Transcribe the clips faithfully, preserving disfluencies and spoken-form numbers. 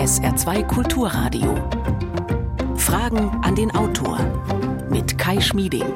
S R zwei Kulturradio. Fragen an den Autor mit Kai Schmieding.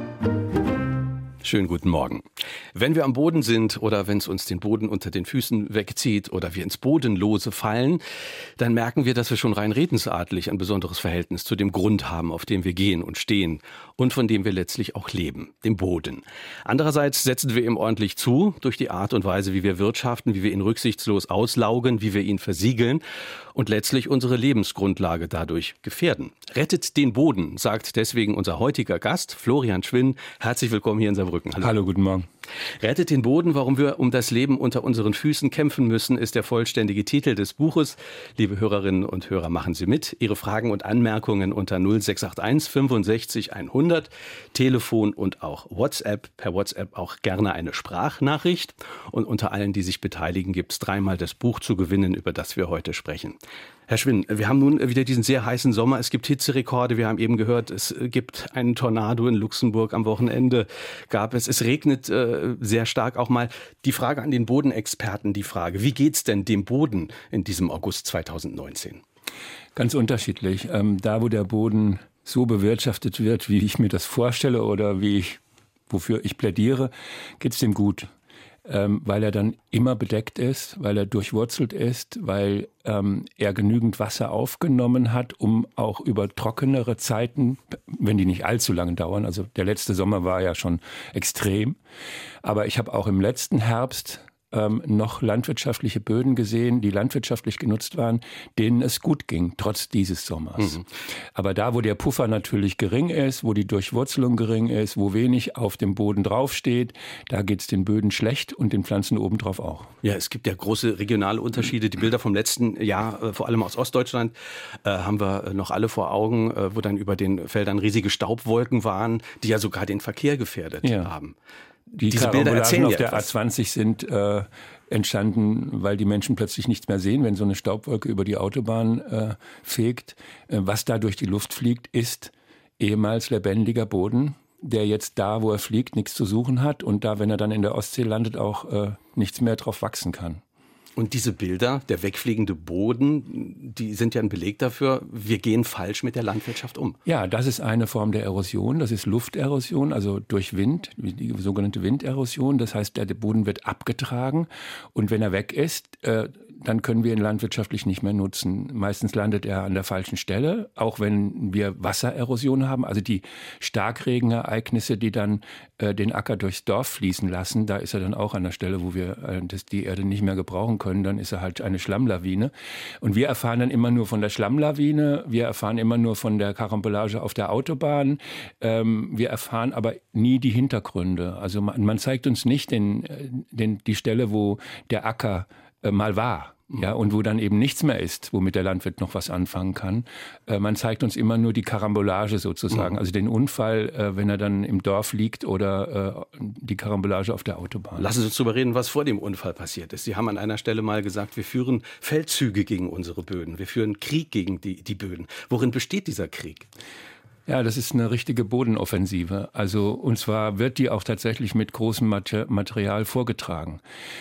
Schönen guten Morgen. Wenn wir am Boden sind oder wenn es uns den Boden unter den Füßen wegzieht oder wir ins Bodenlose fallen, dann merken wir, dass wir schon rein redensartlich ein besonderes Verhältnis zu dem Grund haben, auf dem wir gehen und stehen und von dem wir letztlich auch leben, dem Boden. Andererseits setzen wir ihm ordentlich zu durch die Art und Weise, wie wir wirtschaften, wie wir ihn rücksichtslos auslaugen, wie wir ihn versiegeln und letztlich unsere Lebensgrundlage dadurch gefährden. Rettet den Boden, sagt deswegen unser heutiger Gast, Florian Schwinn. Herzlich willkommen hier in Saarbrücken. Hallo. Hallo, guten Morgen. Rettet den Boden, warum wir um das Leben unter unseren Füßen kämpfen müssen, ist der vollständige Titel des Buches. Liebe Hörerinnen und Hörer, machen Sie mit. Ihre Fragen und Anmerkungen unter null sechs acht eins fünfundsechzig hundert, Telefon und auch WhatsApp. Per WhatsApp auch gerne eine Sprachnachricht. Und unter allen, die sich beteiligen, gibt es dreimal das Buch zu gewinnen, über das wir heute sprechen. Herr Schwinn, wir haben nun wieder diesen sehr heißen Sommer. Es gibt Hitzerekorde. Wir haben eben gehört, es gibt einen Tornado in Luxemburg am Wochenende. Gab es. Es regnet äh, sehr stark auch mal. Die Frage an den Bodenexperten, die Frage, wie geht's denn dem Boden in diesem August zweitausendneunzehn? Ganz unterschiedlich. Ähm, da, wo der Boden so bewirtschaftet wird, wie ich mir das vorstelle oder wie ich, wofür ich plädiere, geht's dem gut. Ähm, weil er dann immer bedeckt ist, weil er durchwurzelt ist, weil ähm, er genügend Wasser aufgenommen hat, um auch über trockenere Zeiten, wenn die nicht allzu lange dauern, also der letzte Sommer war ja schon extrem, aber ich habe auch im letzten Herbst ähm, noch landwirtschaftliche Böden gesehen, die landwirtschaftlich genutzt waren, denen es gut ging, trotz dieses Sommers. Mhm. Aber da, wo der Puffer natürlich gering ist, wo die Durchwurzelung gering ist, wo wenig auf dem Boden draufsteht, da geht es den Böden schlecht und den Pflanzen obendrauf auch. Ja, es gibt ja große regionale Unterschiede. Die Bilder vom letzten Jahr, äh, vor allem aus Ostdeutschland, äh, haben wir noch alle vor Augen, äh, wo dann über den Feldern riesige Staubwolken waren, die ja sogar den Verkehr gefährdet ja. haben. Die Diese Bilder erzählen auf der etwas. A zwanzig sind äh, entstanden, weil die Menschen plötzlich nichts mehr sehen, wenn so eine Staubwolke über die Autobahn äh, fegt. Äh, was da durch die Luft fliegt, ist ehemals lebendiger Boden, der jetzt da, wo er fliegt, nichts zu suchen hat und da, wenn er dann in der Ostsee landet, auch äh, nichts mehr drauf wachsen kann. Und diese Bilder, der wegfliegende Boden, die sind ja ein Beleg dafür, wir gehen falsch mit der Landwirtschaft um. Ja, das ist eine Form der Erosion, das ist Lufterosion, also durch Wind, die sogenannte Winderosion. Das heißt, der Boden wird abgetragen und wenn er weg ist, äh, dann können wir ihn landwirtschaftlich nicht mehr nutzen. Meistens landet er an der falschen Stelle, auch wenn wir Wassererosion haben, also die Starkregenereignisse, die dann äh, den Acker durchs Dorf fließen lassen, da ist er dann auch an der Stelle, wo wir äh, das, die Erde nicht mehr gebrauchen können, dann ist er halt eine Schlammlawine. Und wir erfahren dann immer nur von der Schlammlawine, wir erfahren immer nur von der Karambolage auf der Autobahn, ähm, wir erfahren aber nie die Hintergründe. Also man, man zeigt uns nicht den, den, die Stelle, wo der Acker äh, mal war. Ja, und wo dann eben nichts mehr ist, womit der Landwirt noch was anfangen kann. Äh, man zeigt uns immer nur die Karambolage sozusagen, also den Unfall, äh, wenn er dann im Dorf liegt oder äh, die Karambolage auf der Autobahn. Lassen Sie uns darüber reden, was vor dem Unfall passiert ist. Sie haben an einer Stelle mal gesagt, wir führen Feldzüge gegen unsere Böden, wir führen Krieg gegen die, die Böden. Worin besteht dieser Krieg? Ja, das ist eine richtige Bodenoffensive. Also, und zwar wird die auch tatsächlich mit großem Material vorgetragen.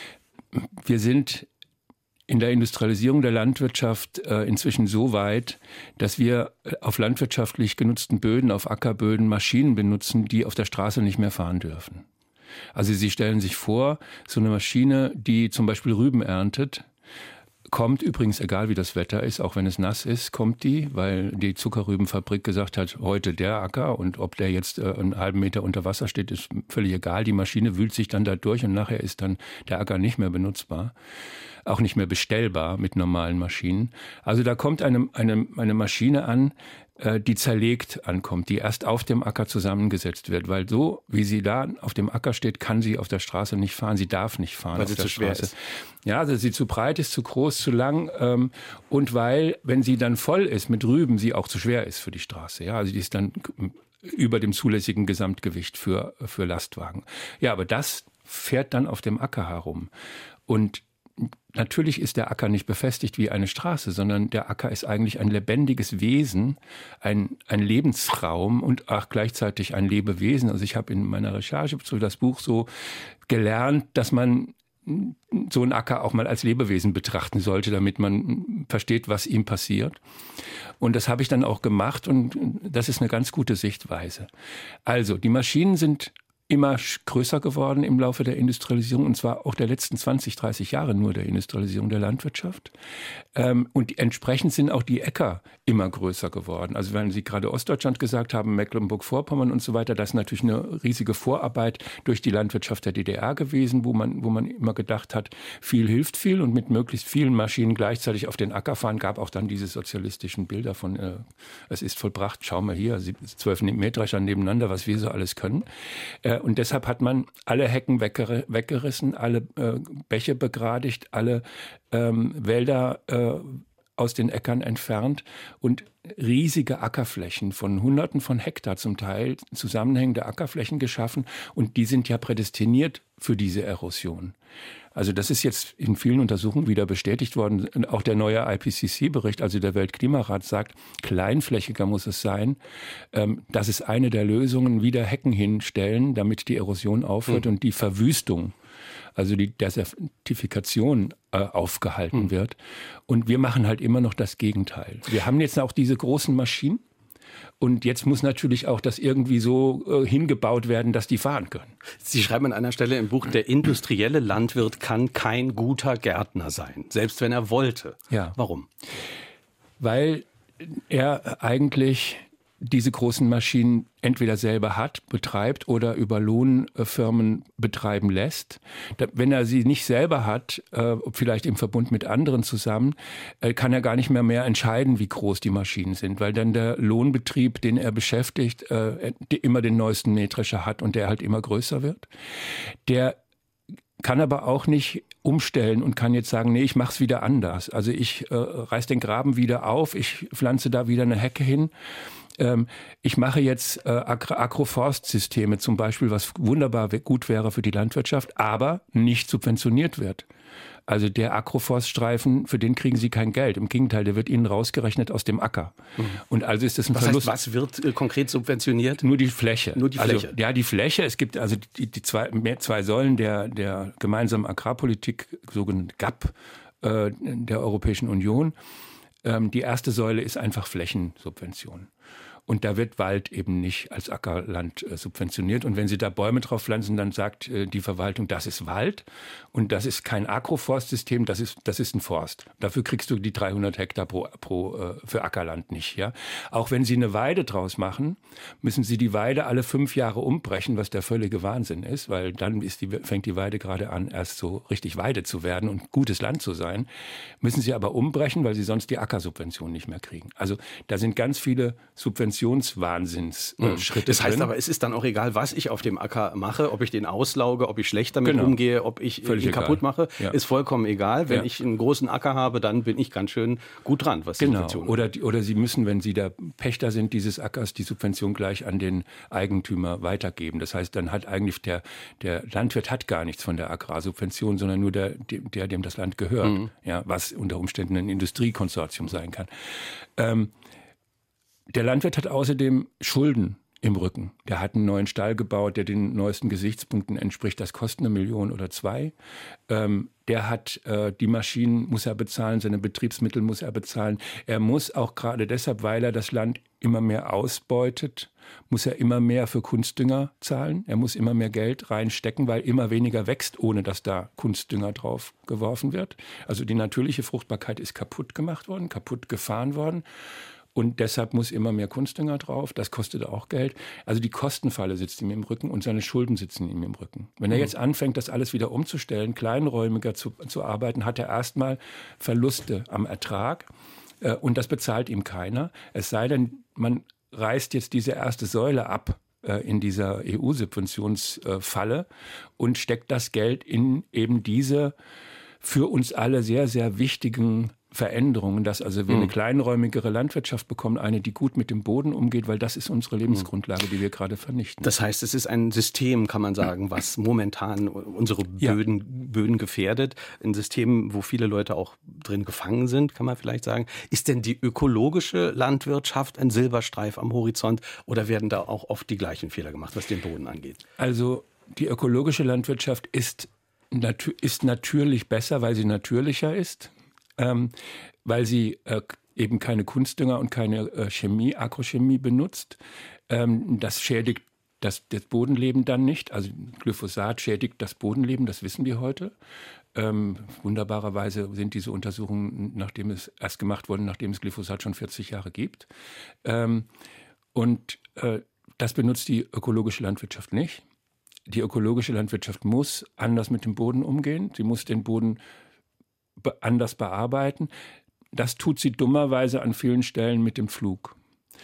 Wir sind in der Industrialisierung der Landwirtschaft äh, inzwischen so weit, dass wir auf landwirtschaftlich genutzten Böden, auf Ackerböden Maschinen benutzen, die auf der Straße nicht mehr fahren dürfen. Also Sie stellen sich vor, so eine Maschine, die zum Beispiel Rüben erntet, kommt übrigens, egal wie das Wetter ist, auch wenn es nass ist, kommt die, weil die Zuckerrübenfabrik gesagt hat, heute der Acker und ob der jetzt äh, einen halben Meter unter Wasser steht, ist völlig egal. Die Maschine wühlt sich dann da durch und nachher ist dann der Acker nicht mehr benutzbar, auch nicht mehr bestellbar mit normalen Maschinen. Also da kommt eine, eine, eine Maschine an, äh, die zerlegt ankommt, die erst auf dem Acker zusammengesetzt wird, weil so, wie sie da auf dem Acker steht, kann sie auf der Straße nicht fahren, sie darf nicht fahren. Weil sie zu schwer ist. Ja, also sie zu breit ist, zu groß, zu lang ähm, und weil, wenn sie dann voll ist mit Rüben, sie auch zu schwer ist für die Straße. Ja, also die ist dann über dem zulässigen Gesamtgewicht für, für Lastwagen. Ja, aber das fährt dann auf dem Acker herum und natürlich ist der Acker nicht befestigt wie eine Straße, sondern der Acker ist eigentlich ein lebendiges Wesen, ein, ein Lebensraum und auch gleichzeitig ein Lebewesen. Also ich habe in meiner Recherche zu das Buch so gelernt, dass man so einen Acker auch mal als Lebewesen betrachten sollte, damit man versteht, was ihm passiert. Und das habe ich dann auch gemacht und das ist eine ganz gute Sichtweise. Also, die Maschinen sind immer größer geworden im Laufe der Industrialisierung, und zwar auch der letzten zwanzig, dreißig Jahre nur der Industrialisierung der Landwirtschaft. Ähm, und entsprechend sind auch die Äcker immer größer geworden. Also wenn Sie gerade Ostdeutschland gesagt haben, Mecklenburg-Vorpommern und so weiter, das ist natürlich eine riesige Vorarbeit durch die Landwirtschaft der D D R gewesen, wo man, wo man immer gedacht hat, viel hilft viel und mit möglichst vielen Maschinen gleichzeitig auf den Acker fahren, gab auch dann diese sozialistischen Bilder von, äh, es ist vollbracht, schau mal hier, zwölf Mähdrescher nebeneinander, was wir so alles können. Äh, Und deshalb hat man alle Hecken wegger- weggerissen, alle äh, Bäche begradigt, alle ähm, Wälder äh, aus den Äckern entfernt und riesige Ackerflächen von Hunderten von Hektar zum Teil, zusammenhängende Ackerflächen geschaffen. Und die sind ja prädestiniert für diese Erosion. Also das ist jetzt in vielen Untersuchungen wieder bestätigt worden. Auch der neue I P C C-Bericht, also der Weltklimarat, sagt, kleinflächiger muss es sein. Das ist eine der Lösungen, wieder Hecken hinstellen, damit die Erosion aufhört mhm. und die Verwüstung, also die Desertifikation äh, aufgehalten mhm. wird. Und wir machen halt immer noch das Gegenteil. Wir haben jetzt auch diese großen Maschinen. Und jetzt muss natürlich auch das irgendwie so äh, hingebaut werden, dass die fahren können. Sie schreiben an einer Stelle im Buch, der industrielle Landwirt kann kein guter Gärtner sein, selbst wenn er wollte. Ja. Warum? Weil er eigentlich diese großen Maschinen entweder selber hat, betreibt oder über Lohnfirmen betreiben lässt. Wenn er sie nicht selber hat, vielleicht im Verbund mit anderen zusammen, kann er gar nicht mehr mehr entscheiden, wie groß die Maschinen sind, weil dann der Lohnbetrieb, den er beschäftigt, immer den neuesten Mähdrescher hat und der halt immer größer wird. Der kann aber auch nicht umstellen und kann jetzt sagen, nee, ich mache es wieder anders. Also ich äh, reiß den Graben wieder auf, ich pflanze da wieder eine Hecke hin. Ähm, ich mache jetzt äh, Agro- Agroforstsysteme zum Beispiel, was wunderbar gut wäre für die Landwirtschaft, aber nicht subventioniert wird. Also der Agroforststreifen, für den kriegen Sie kein Geld. Im Gegenteil, der wird Ihnen rausgerechnet aus dem Acker. Mhm. Und also ist das ein was Verlust. Heißt, was wird äh, konkret subventioniert? Nur die Fläche. Nur die Fläche. Also, ja, die Fläche. Es gibt also die, die zwei, mehr, zwei Säulen der, der gemeinsamen Agrarpolitik, sogenannte G A P, äh, der Europäischen Union. Ähm, die erste Säule ist einfach Flächensubvention. Und da wird Wald eben nicht als Ackerland äh, subventioniert. Und wenn Sie da Bäume drauf pflanzen, dann sagt äh, die Verwaltung, das ist Wald und das ist kein Agroforstsystem, das ist, das ist ein Forst. Dafür kriegst du die dreihundert Hektar pro, pro, äh, für Ackerland nicht. Ja? Auch wenn Sie eine Weide draus machen, müssen Sie die Weide alle fünf Jahre umbrechen, was der völlige Wahnsinn ist, weil dann ist die, fängt die Weide gerade an, erst so richtig Weide zu werden und gutes Land zu sein. Müssen Sie aber umbrechen, weil Sie sonst die Ackersubvention nicht mehr kriegen. Also da sind ganz viele Subventionen Subventionswahnsinnsschritte. Das heißt drin. aber, es ist dann auch egal, was ich auf dem Acker mache, ob ich den auslauge, ob ich schlecht damit genau. umgehe, ob ich Völlig ihn egal. kaputt mache, ja. ist vollkommen egal. Wenn ja. ich einen großen Acker habe, dann bin ich ganz schön gut dran, was die genau. Subvention oder, oder Sie müssen, wenn Sie der Pächter sind dieses Ackers, die Subvention gleich an den Eigentümer weitergeben. Das heißt, dann hat eigentlich der, der Landwirt hat gar nichts von der Agrarsubvention, sondern nur der, der dem das Land gehört, mhm. ja, was unter Umständen ein Industriekonsortium sein kann. Ähm, Der Landwirt hat außerdem Schulden im Rücken. Der hat einen neuen Stall gebaut, der den neuesten Gesichtspunkten entspricht. Das kostet eine Million oder zwei. Ähm, der hat äh, die Maschinen, muss er bezahlen, seine Betriebsmittel muss er bezahlen. Er muss auch gerade deshalb, weil er das Land immer mehr ausbeutet, muss er immer mehr für Kunstdünger zahlen. Er muss immer mehr Geld reinstecken, weil immer weniger wächst, ohne dass da Kunstdünger drauf geworfen wird. Also die natürliche Fruchtbarkeit ist kaputt gemacht worden, kaputt gefahren worden. Und deshalb muss immer mehr Kunstdünger drauf. Das kostet auch Geld. Also die Kostenfalle sitzt ihm im Rücken und seine Schulden sitzen ihm im Rücken. Wenn er jetzt anfängt, das alles wieder umzustellen, kleinräumiger zu, zu arbeiten, hat er erstmal Verluste am Ertrag. Äh, und das bezahlt ihm keiner. Es sei denn, man reißt jetzt diese erste Säule ab äh, in dieser E U-Subventionsfalle und steckt das Geld in eben diese für uns alle sehr, sehr wichtigen Veränderungen, dass also wir eine kleinräumigere Landwirtschaft bekommen, eine, die gut mit dem Boden umgeht, weil das ist unsere Lebensgrundlage, die wir gerade vernichten. Das heißt, es ist ein System, kann man sagen, was momentan unsere Böden, ja. Böden gefährdet. Ein System, wo viele Leute auch drin gefangen sind, kann man vielleicht sagen. Ist denn die ökologische Landwirtschaft ein Silberstreif am Horizont oder werden da auch oft die gleichen Fehler gemacht, was den Boden angeht? Also die ökologische Landwirtschaft ist natu- ist natürlich besser, weil sie natürlicher ist, ähm, weil sie äh, eben keine Kunstdünger und keine äh, Chemie, Agrochemie benutzt. Ähm, das schädigt das, das Bodenleben dann nicht. Also Glyphosat schädigt das Bodenleben, das wissen wir heute. Ähm, wunderbarerweise sind diese Untersuchungen, nachdem es erst gemacht wurden, nachdem es Glyphosat schon vierzig Jahre gibt. Ähm, und äh, das benutzt die ökologische Landwirtschaft nicht. Die ökologische Landwirtschaft muss anders mit dem Boden umgehen. Sie muss den Boden be- anders bearbeiten. Das tut sie dummerweise an vielen Stellen mit dem Flug.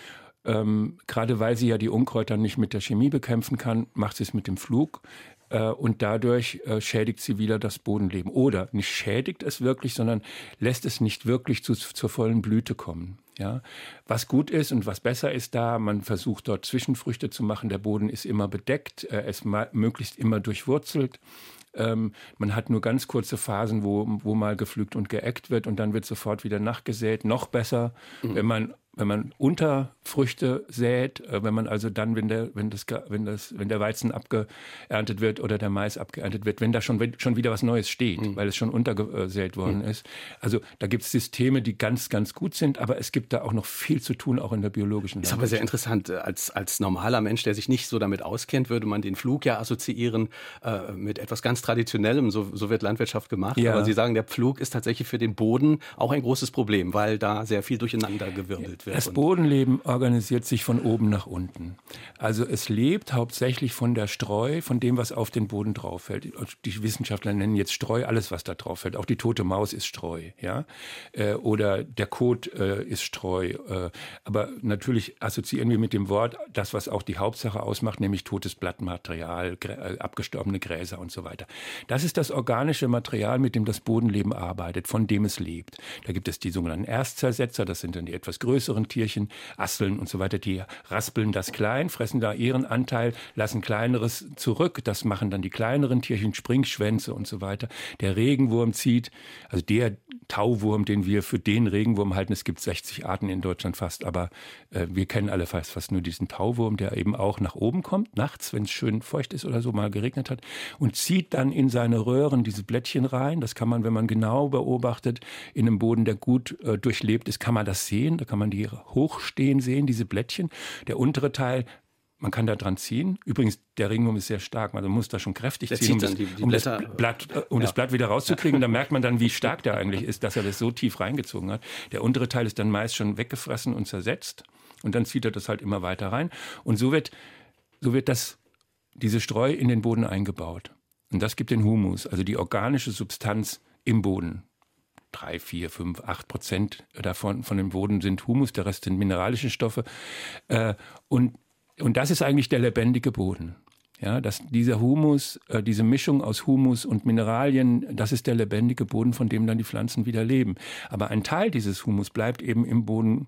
Ähm, gerade weil sie ja die Unkräuter nicht mit der Chemie bekämpfen kann, macht sie es mit dem Flug. Äh, und dadurch äh, schädigt sie wieder das Bodenleben. Oder nicht schädigt es wirklich, sondern lässt es nicht wirklich zu, zur vollen Blüte kommen. Ja? Was gut ist und was besser ist da, man versucht dort Zwischenfrüchte zu machen. Der Boden ist immer bedeckt, er ist ma- möglichst immer durchwurzelt. Ähm, man hat nur ganz kurze Phasen, wo, wo mal gepflügt und geeckt wird und dann wird sofort wieder nachgesät. Noch besser, mhm. wenn man wenn man Unterfrüchte sät, äh, wenn man also dann, wenn der, wenn das, wenn das, wenn der Weizen abgeerntet wird oder der Mais abgeerntet wird, wenn da schon, schon wieder was Neues steht, mhm. weil es schon untergesät worden mhm. ist. Also da gibt es Systeme, die ganz, ganz gut sind, aber es gibt da auch noch viel zu tun, auch in der biologischen Landwirtschaft. Ist aber sehr interessant. Als, als normaler Mensch, der sich nicht so damit auskennt, würde man den Flug ja assoziieren äh, mit etwas ganz Traditionellem. So, so wird Landwirtschaft gemacht. Ja. Aber Sie sagen, der Pflug ist tatsächlich für den Boden auch ein großes Problem, weil da sehr viel durcheinander gewirbelt wird. Das Bodenleben organisiert sich von oben nach unten. Also es lebt hauptsächlich von der Streu, von dem, was auf den Boden drauf fällt. Die Wissenschaftler nennen jetzt Streu alles, was da drauf fällt. Auch die tote Maus ist Streu, ja, äh, oder der Kot äh, ist Streu. Äh, aber natürlich assoziieren wir mit dem Wort das, was auch die Hauptsache ausmacht, nämlich totes Blattmaterial, grä- abgestorbene Gräser und so weiter. Das ist das organische Material, mit dem das Bodenleben arbeitet, von dem es lebt. Da gibt es die sogenannten Erstzersetzer, das sind dann die etwas größeren Tierchen, Asseln und so weiter, die raspeln das klein, fressen da ihren Anteil, lassen Kleineres zurück. Das machen dann die kleineren Tierchen, Springschwänze und so weiter. Der Regenwurm zieht, also der Tauwurm, den wir für den Regenwurm halten, es gibt sechzig Arten in Deutschland fast, aber äh, wir kennen alle fast, fast nur diesen Tauwurm, der eben auch nach oben kommt, nachts, wenn es schön feucht ist oder so, mal geregnet hat, und zieht dann in seine Röhren diese Blättchen rein. Das kann man, wenn man genau beobachtet, in einem Boden, der gut äh, durchlebt ist, kann man das sehen. Da kann man die hochstehen sehen, diese Blättchen. Der untere Teil, man kann da dran ziehen. Übrigens, der Regenwurm ist sehr stark. Man muss da schon kräftig ziehen, um, das, die, die um, das, Blatt, um ja. das Blatt wieder rauszukriegen. Da merkt man dann, wie stark der eigentlich ist, dass er das so tief reingezogen hat. Der untere Teil ist dann meist schon weggefressen und zersetzt. Und dann zieht er das halt immer weiter rein. Und so wird, so wird das, diese Streu in den Boden eingebaut. Und das gibt den Humus, also die organische Substanz im Boden. Drei, vier, fünf, acht Prozent davon von dem Boden sind Humus, der Rest sind mineralische Stoffe. Äh, und, und das ist eigentlich der lebendige Boden. Ja, dass dieser Humus, äh, diese Mischung aus Humus und Mineralien, das ist der lebendige Boden, von dem dann die Pflanzen wieder leben. Aber ein Teil dieses Humus bleibt eben im Boden,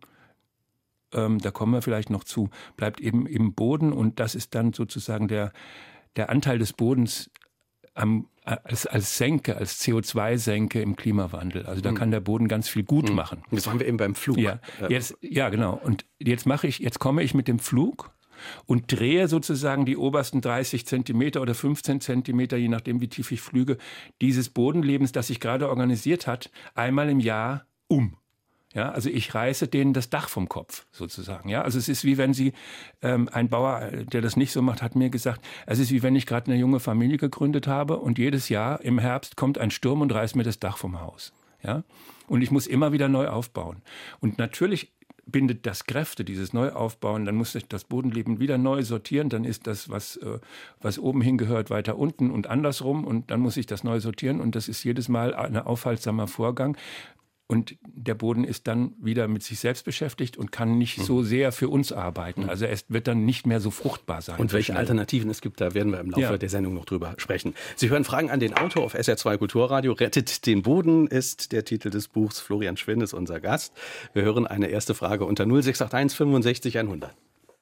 ähm, da kommen wir vielleicht noch zu, bleibt eben im Boden und das ist dann sozusagen der, der Anteil des Bodens am Als, als Senke, als C O zwei Senke im Klimawandel. Also da mhm. kann der Boden ganz viel gut mhm. machen. Das waren wir eben beim Flug. Ja, jetzt, ja genau. Und jetzt mache ich, jetzt komme ich mit dem Flug und drehe sozusagen die obersten dreißig Zentimeter oder fünfzehn Zentimeter, je nachdem wie tief ich flüge, dieses Bodenlebens, das sich gerade organisiert hat, einmal im Jahr um. Ja, also ich reiße denen das Dach vom Kopf sozusagen. Ja, also es ist wie wenn Sie, ähm, ein Bauer, der das nicht so macht, hat mir gesagt, es ist wie wenn ich gerade eine junge Familie gegründet habe und jedes Jahr im Herbst kommt ein Sturm und reißt mir das Dach vom Haus. Ja, und ich muss immer wieder neu aufbauen. Und natürlich bindet das Kräfte, dieses Neuaufbauen, dann muss ich das Bodenleben wieder neu sortieren, dann ist das, was, äh, was oben hingehört, weiter unten und andersrum und dann muss ich das neu sortieren und das ist jedes Mal ein aufhaltsamer Vorgang. Und der Boden ist dann wieder mit sich selbst beschäftigt und kann nicht mhm. so sehr für uns arbeiten. Also es wird dann nicht mehr so fruchtbar sein. Und welche Alternativen es gibt, da werden wir im Laufe ja. der Sendung noch drüber sprechen. Sie hören Fragen an den Autor auf S R zwei Kulturradio. Rettet den Boden ist der Titel des Buchs. Florian Schwinn ist unser Gast. Wir hören eine erste Frage unter null sechs acht eins fünfundsechzig hundert.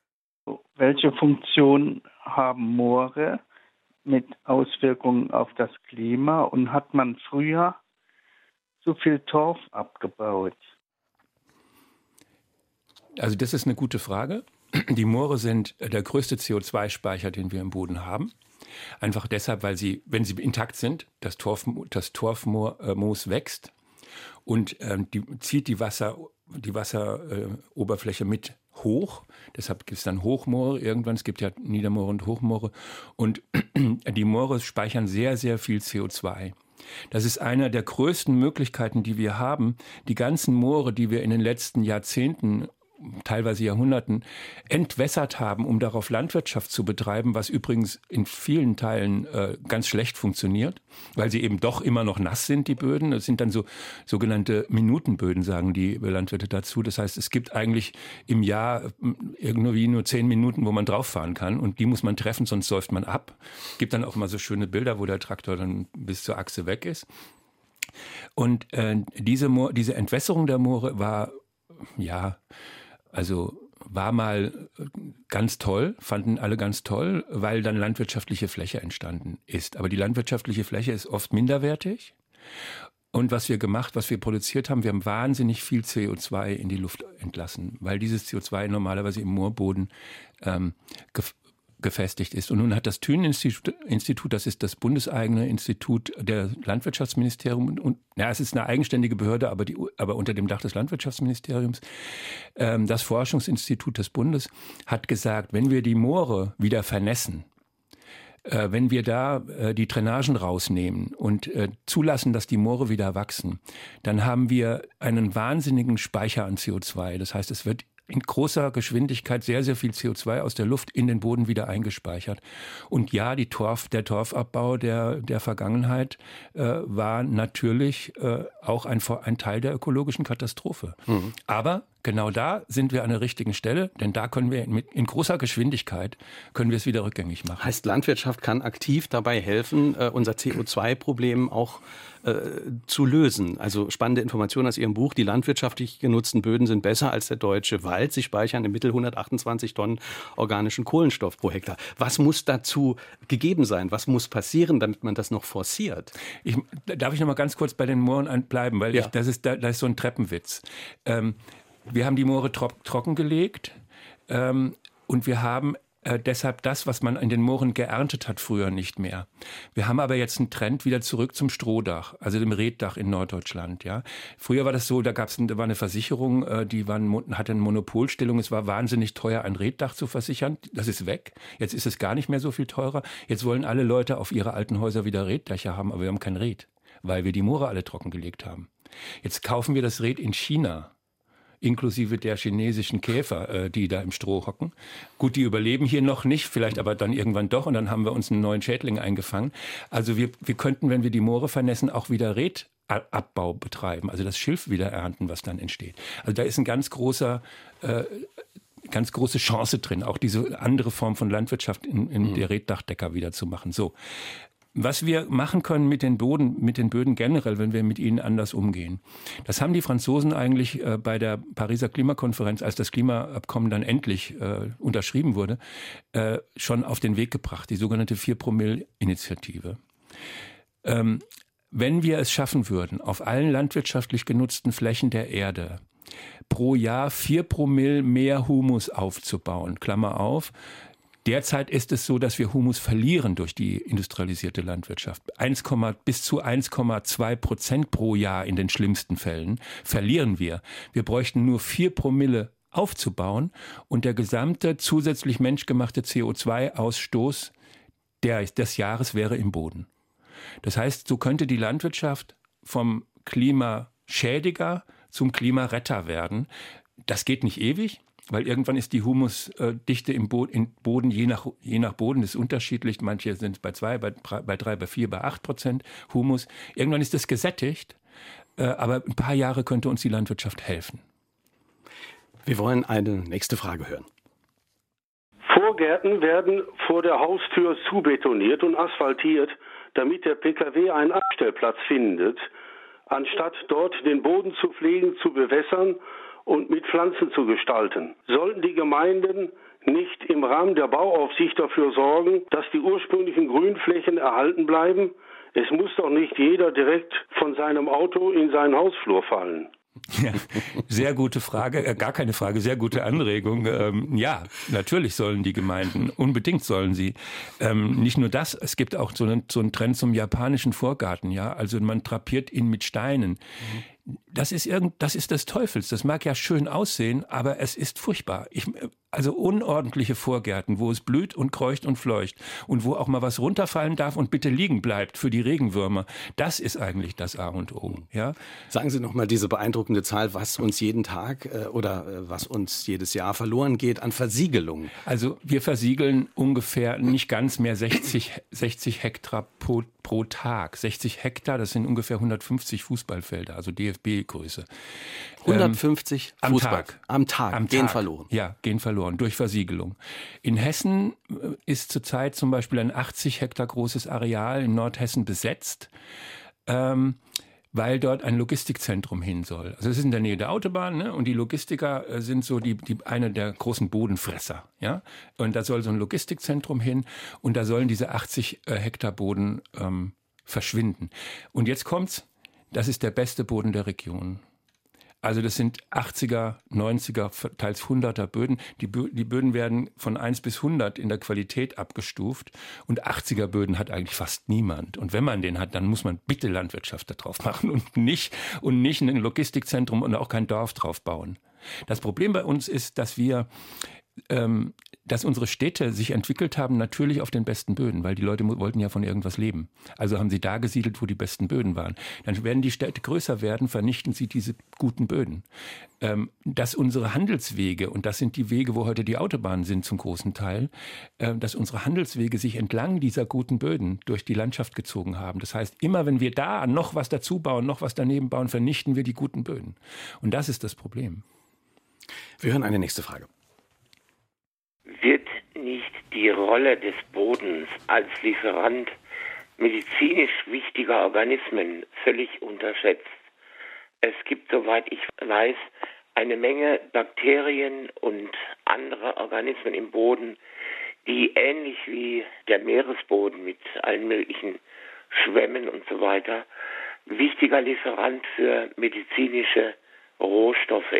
Welche Funktion haben Moore mit Auswirkungen auf das Klima und hat man früher so viel Torf abgebaut? Also das ist eine gute Frage. Die Moore sind der größte C O zwei Speicher, den wir im Boden haben. Einfach deshalb, weil sie, wenn sie intakt sind, das, Torf, das Torfmoos äh, wächst und ähm, die, zieht die Wasser, die Wasseroberfläche äh, mit hoch. Deshalb gibt es dann Hochmoore irgendwann. Es gibt ja Niedermoore und Hochmoore. Und die Moore speichern sehr, sehr viel C O zwei. Das ist eine der größten Möglichkeiten, die wir haben. Die ganzen Moore, die wir in den letzten Jahrzehnten, teilweise Jahrhunderten, entwässert haben, um darauf Landwirtschaft zu betreiben, was übrigens in vielen Teilen äh, ganz schlecht funktioniert, weil sie eben doch immer noch nass sind, die Böden. Das sind dann so sogenannte Minutenböden, sagen die Landwirte dazu. Das heißt, es gibt eigentlich im Jahr irgendwie nur zehn Minuten, wo man drauf fahren kann und die muss man treffen, sonst säuft man ab. Es gibt dann auch mal so schöne Bilder, wo der Traktor dann bis zur Achse weg ist. Und äh, diese, Moor, diese Entwässerung der Moore war, ja, also war mal ganz toll, fanden alle ganz toll, weil dann landwirtschaftliche Fläche entstanden ist. Aber die landwirtschaftliche Fläche ist oft minderwertig. Und was wir gemacht, was wir produziert haben, wir haben wahnsinnig viel C O zwei in die Luft entlassen, weil dieses C O zwei normalerweise im Moorboden ähm, gef- gefestigt ist. Und nun hat das Thünen-Institut, Institut, das ist das bundeseigene Institut der Landwirtschaftsministerium, und ja, es ist eine eigenständige Behörde, aber, die, aber unter dem Dach des Landwirtschaftsministeriums, ähm, das Forschungsinstitut des Bundes hat gesagt, wenn wir die Moore wieder vernässen, äh, wenn wir da äh, die Drainagen rausnehmen und äh, zulassen, dass die Moore wieder wachsen, dann haben wir einen wahnsinnigen Speicher an C O zwei. Das heißt, es wird in großer Geschwindigkeit sehr, sehr viel C O zwei aus der Luft in den Boden wieder eingespeichert. Und ja, die Torf, der Torfabbau der, der Vergangenheit äh, war natürlich äh, auch ein, ein Teil der ökologischen Katastrophe. Mhm. Aber genau da sind wir an der richtigen Stelle, denn da können wir mit, in großer Geschwindigkeit können wir es wieder rückgängig machen. Heißt, Landwirtschaft kann aktiv dabei helfen, äh, unser C O zwei Problem auch äh, zu lösen. Also spannende Information aus Ihrem Buch. Die landwirtschaftlich genutzten Böden sind besser als der deutsche Wald. Sie speichern im Mittel hundertachtundzwanzig Tonnen organischen Kohlenstoff pro Hektar. Was muss dazu gegeben sein? Was muss passieren, damit man das noch forciert? Ich, darf ich noch mal ganz kurz bei den Mooren bleiben? Weil ja. ich, das ist, da, das ist so ein Treppenwitz. Ähm, Wir haben die Moore tro- trockengelegt ähm, und wir haben äh, deshalb das, was man in den Mooren geerntet hat, früher nicht mehr. Wir haben aber jetzt einen Trend wieder zurück zum Strohdach, also dem Reetdach in Norddeutschland. Ja, früher war das so, da gab's, da war eine Versicherung, äh, die war, hatte eine Monopolstellung. Es war wahnsinnig teuer, ein Reetdach zu versichern. Das ist weg. Jetzt ist es gar nicht mehr so viel teurer. Jetzt wollen alle Leute auf ihre alten Häuser wieder Reetdächer haben, aber wir haben kein Reet, weil wir die Moore alle trockengelegt haben. Jetzt kaufen wir das Reet in China, inklusive der chinesischen Käfer, äh, die da im Stroh hocken. Gut, die überleben hier noch nicht, vielleicht aber dann irgendwann doch, und dann haben wir uns einen neuen Schädling eingefangen. Also wir, wir könnten, wenn wir die Moore vernässen, auch wieder Reetabbau betreiben, also das Schilf wieder ernten, was dann entsteht. Also da ist ein ganz großer, äh, ganz große Chance drin, auch diese andere Form von Landwirtschaft in, in mhm. der Reetdachdecker wieder zu machen. So. Was wir machen können mit den Boden, mit den Böden generell, wenn wir mit ihnen anders umgehen. Das haben die Franzosen eigentlich äh, bei der Pariser Klimakonferenz, als das Klimaabkommen dann endlich äh, unterschrieben wurde, äh, schon auf den Weg gebracht, die sogenannte vier-Promille-Initiative. Ähm, wenn wir es schaffen würden, auf allen landwirtschaftlich genutzten Flächen der Erde pro Jahr vier Promille mehr Humus aufzubauen, Klammer auf, derzeit ist es so, dass wir Humus verlieren durch die industrialisierte Landwirtschaft. eins, bis zu eins Komma zwei Prozent pro Jahr in den schlimmsten Fällen verlieren wir. Wir bräuchten nur vier Promille aufzubauen und der gesamte zusätzlich menschgemachte C O zwei Ausstoß der, des Jahres wäre im Boden. Das heißt, so könnte die Landwirtschaft vom Klimaschädiger zum Klimaretter werden. Das geht nicht ewig, weil irgendwann ist die Humusdichte im Boden, je nach, je nach Boden, ist unterschiedlich. Manche sind bei zwei, bei, bei drei, bei vier, bei acht Prozent Humus. Irgendwann ist das gesättigt, aber ein paar Jahre könnte uns die Landwirtschaft helfen. Wir wollen eine nächste Frage hören. Vorgärten werden vor der Haustür zubetoniert und asphaltiert, damit der Pkw einen Abstellplatz findet, anstatt dort den Boden zu pflegen, zu bewässern und mit Pflanzen zu gestalten. Sollten die Gemeinden nicht im Rahmen der Bauaufsicht dafür sorgen, dass die ursprünglichen Grünflächen erhalten bleiben? Es muss doch nicht jeder direkt von seinem Auto in seinen Hausflur fallen. Ja, sehr gute Frage, äh, gar keine Frage, sehr gute Anregung. Ähm, ja, natürlich sollen die Gemeinden, unbedingt sollen sie. Ähm, nicht nur das, es gibt auch so einen, so einen Trend zum japanischen Vorgarten, ja. Also man drapiert ihn mit Steinen. Mhm. Das ist irgend, das ist des Teufels. Das mag ja schön aussehen, aber es ist furchtbar. Ich, also unordentliche Vorgärten, wo es blüht und kreucht und fleucht und wo auch mal was runterfallen darf und bitte liegen bleibt für die Regenwürmer. Das ist eigentlich das A und O. Ja? Sagen Sie noch mal diese beeindruckende Zahl, was uns jeden Tag äh, oder äh, was uns jedes Jahr verloren geht an Versiegelung. Also wir versiegeln ungefähr nicht ganz mehr sechzig Hektar pro, pro Tag. sechzig Hektar, das sind ungefähr hundertfünfzig Fußballfelder, also D F B-Größe. hundertfünfzig ähm, Fußball am Tag. am Tag am gehen Tag. verloren. Ja, gehen verloren durch Versiegelung. In Hessen ist zurzeit zum Beispiel ein achtzig Hektar großes Areal in Nordhessen besetzt, ähm, weil dort ein Logistikzentrum hin soll. Also es ist in der Nähe der Autobahn, ne? Und die Logistiker äh, sind so die, die eine der großen Bodenfresser. Ja? Und da soll so ein Logistikzentrum hin und da sollen diese achtzig äh, Hektar Boden ähm, verschwinden. Und jetzt kommt's. Das ist der beste Boden der Region. Also das sind achtziger, neunziger, teils hunderter Böden. Die, Bö- die Böden werden von eins bis hundert in der Qualität abgestuft und achtziger Böden hat eigentlich fast niemand. Und wenn man den hat, dann muss man bitte Landwirtschaft da drauf machen und nicht, und nicht ein Logistikzentrum und auch kein Dorf drauf bauen. Das Problem bei uns ist, dass wir ähm, dass unsere Städte sich entwickelt haben, natürlich auf den besten Böden, weil die Leute wollten ja von irgendwas leben. Also haben sie da gesiedelt, wo die besten Böden waren. Dann werden die Städte größer werden, vernichten sie diese guten Böden. Ähm, dass unsere Handelswege, und das sind die Wege, wo heute die Autobahnen sind zum großen Teil, äh, dass unsere Handelswege sich entlang dieser guten Böden durch die Landschaft gezogen haben. Das heißt, immer wenn wir da noch was dazu bauen, noch was daneben bauen, vernichten wir die guten Böden. Und das ist das Problem. Wir hören eine nächste Frage. Wird nicht die Rolle des Bodens als Lieferant medizinisch wichtiger Organismen völlig unterschätzt? Es gibt, soweit ich weiß, eine Menge Bakterien und andere Organismen im Boden, die ähnlich wie der Meeresboden mit allen möglichen Schwämmen und so weiter wichtiger Lieferant für medizinische Rohstoffe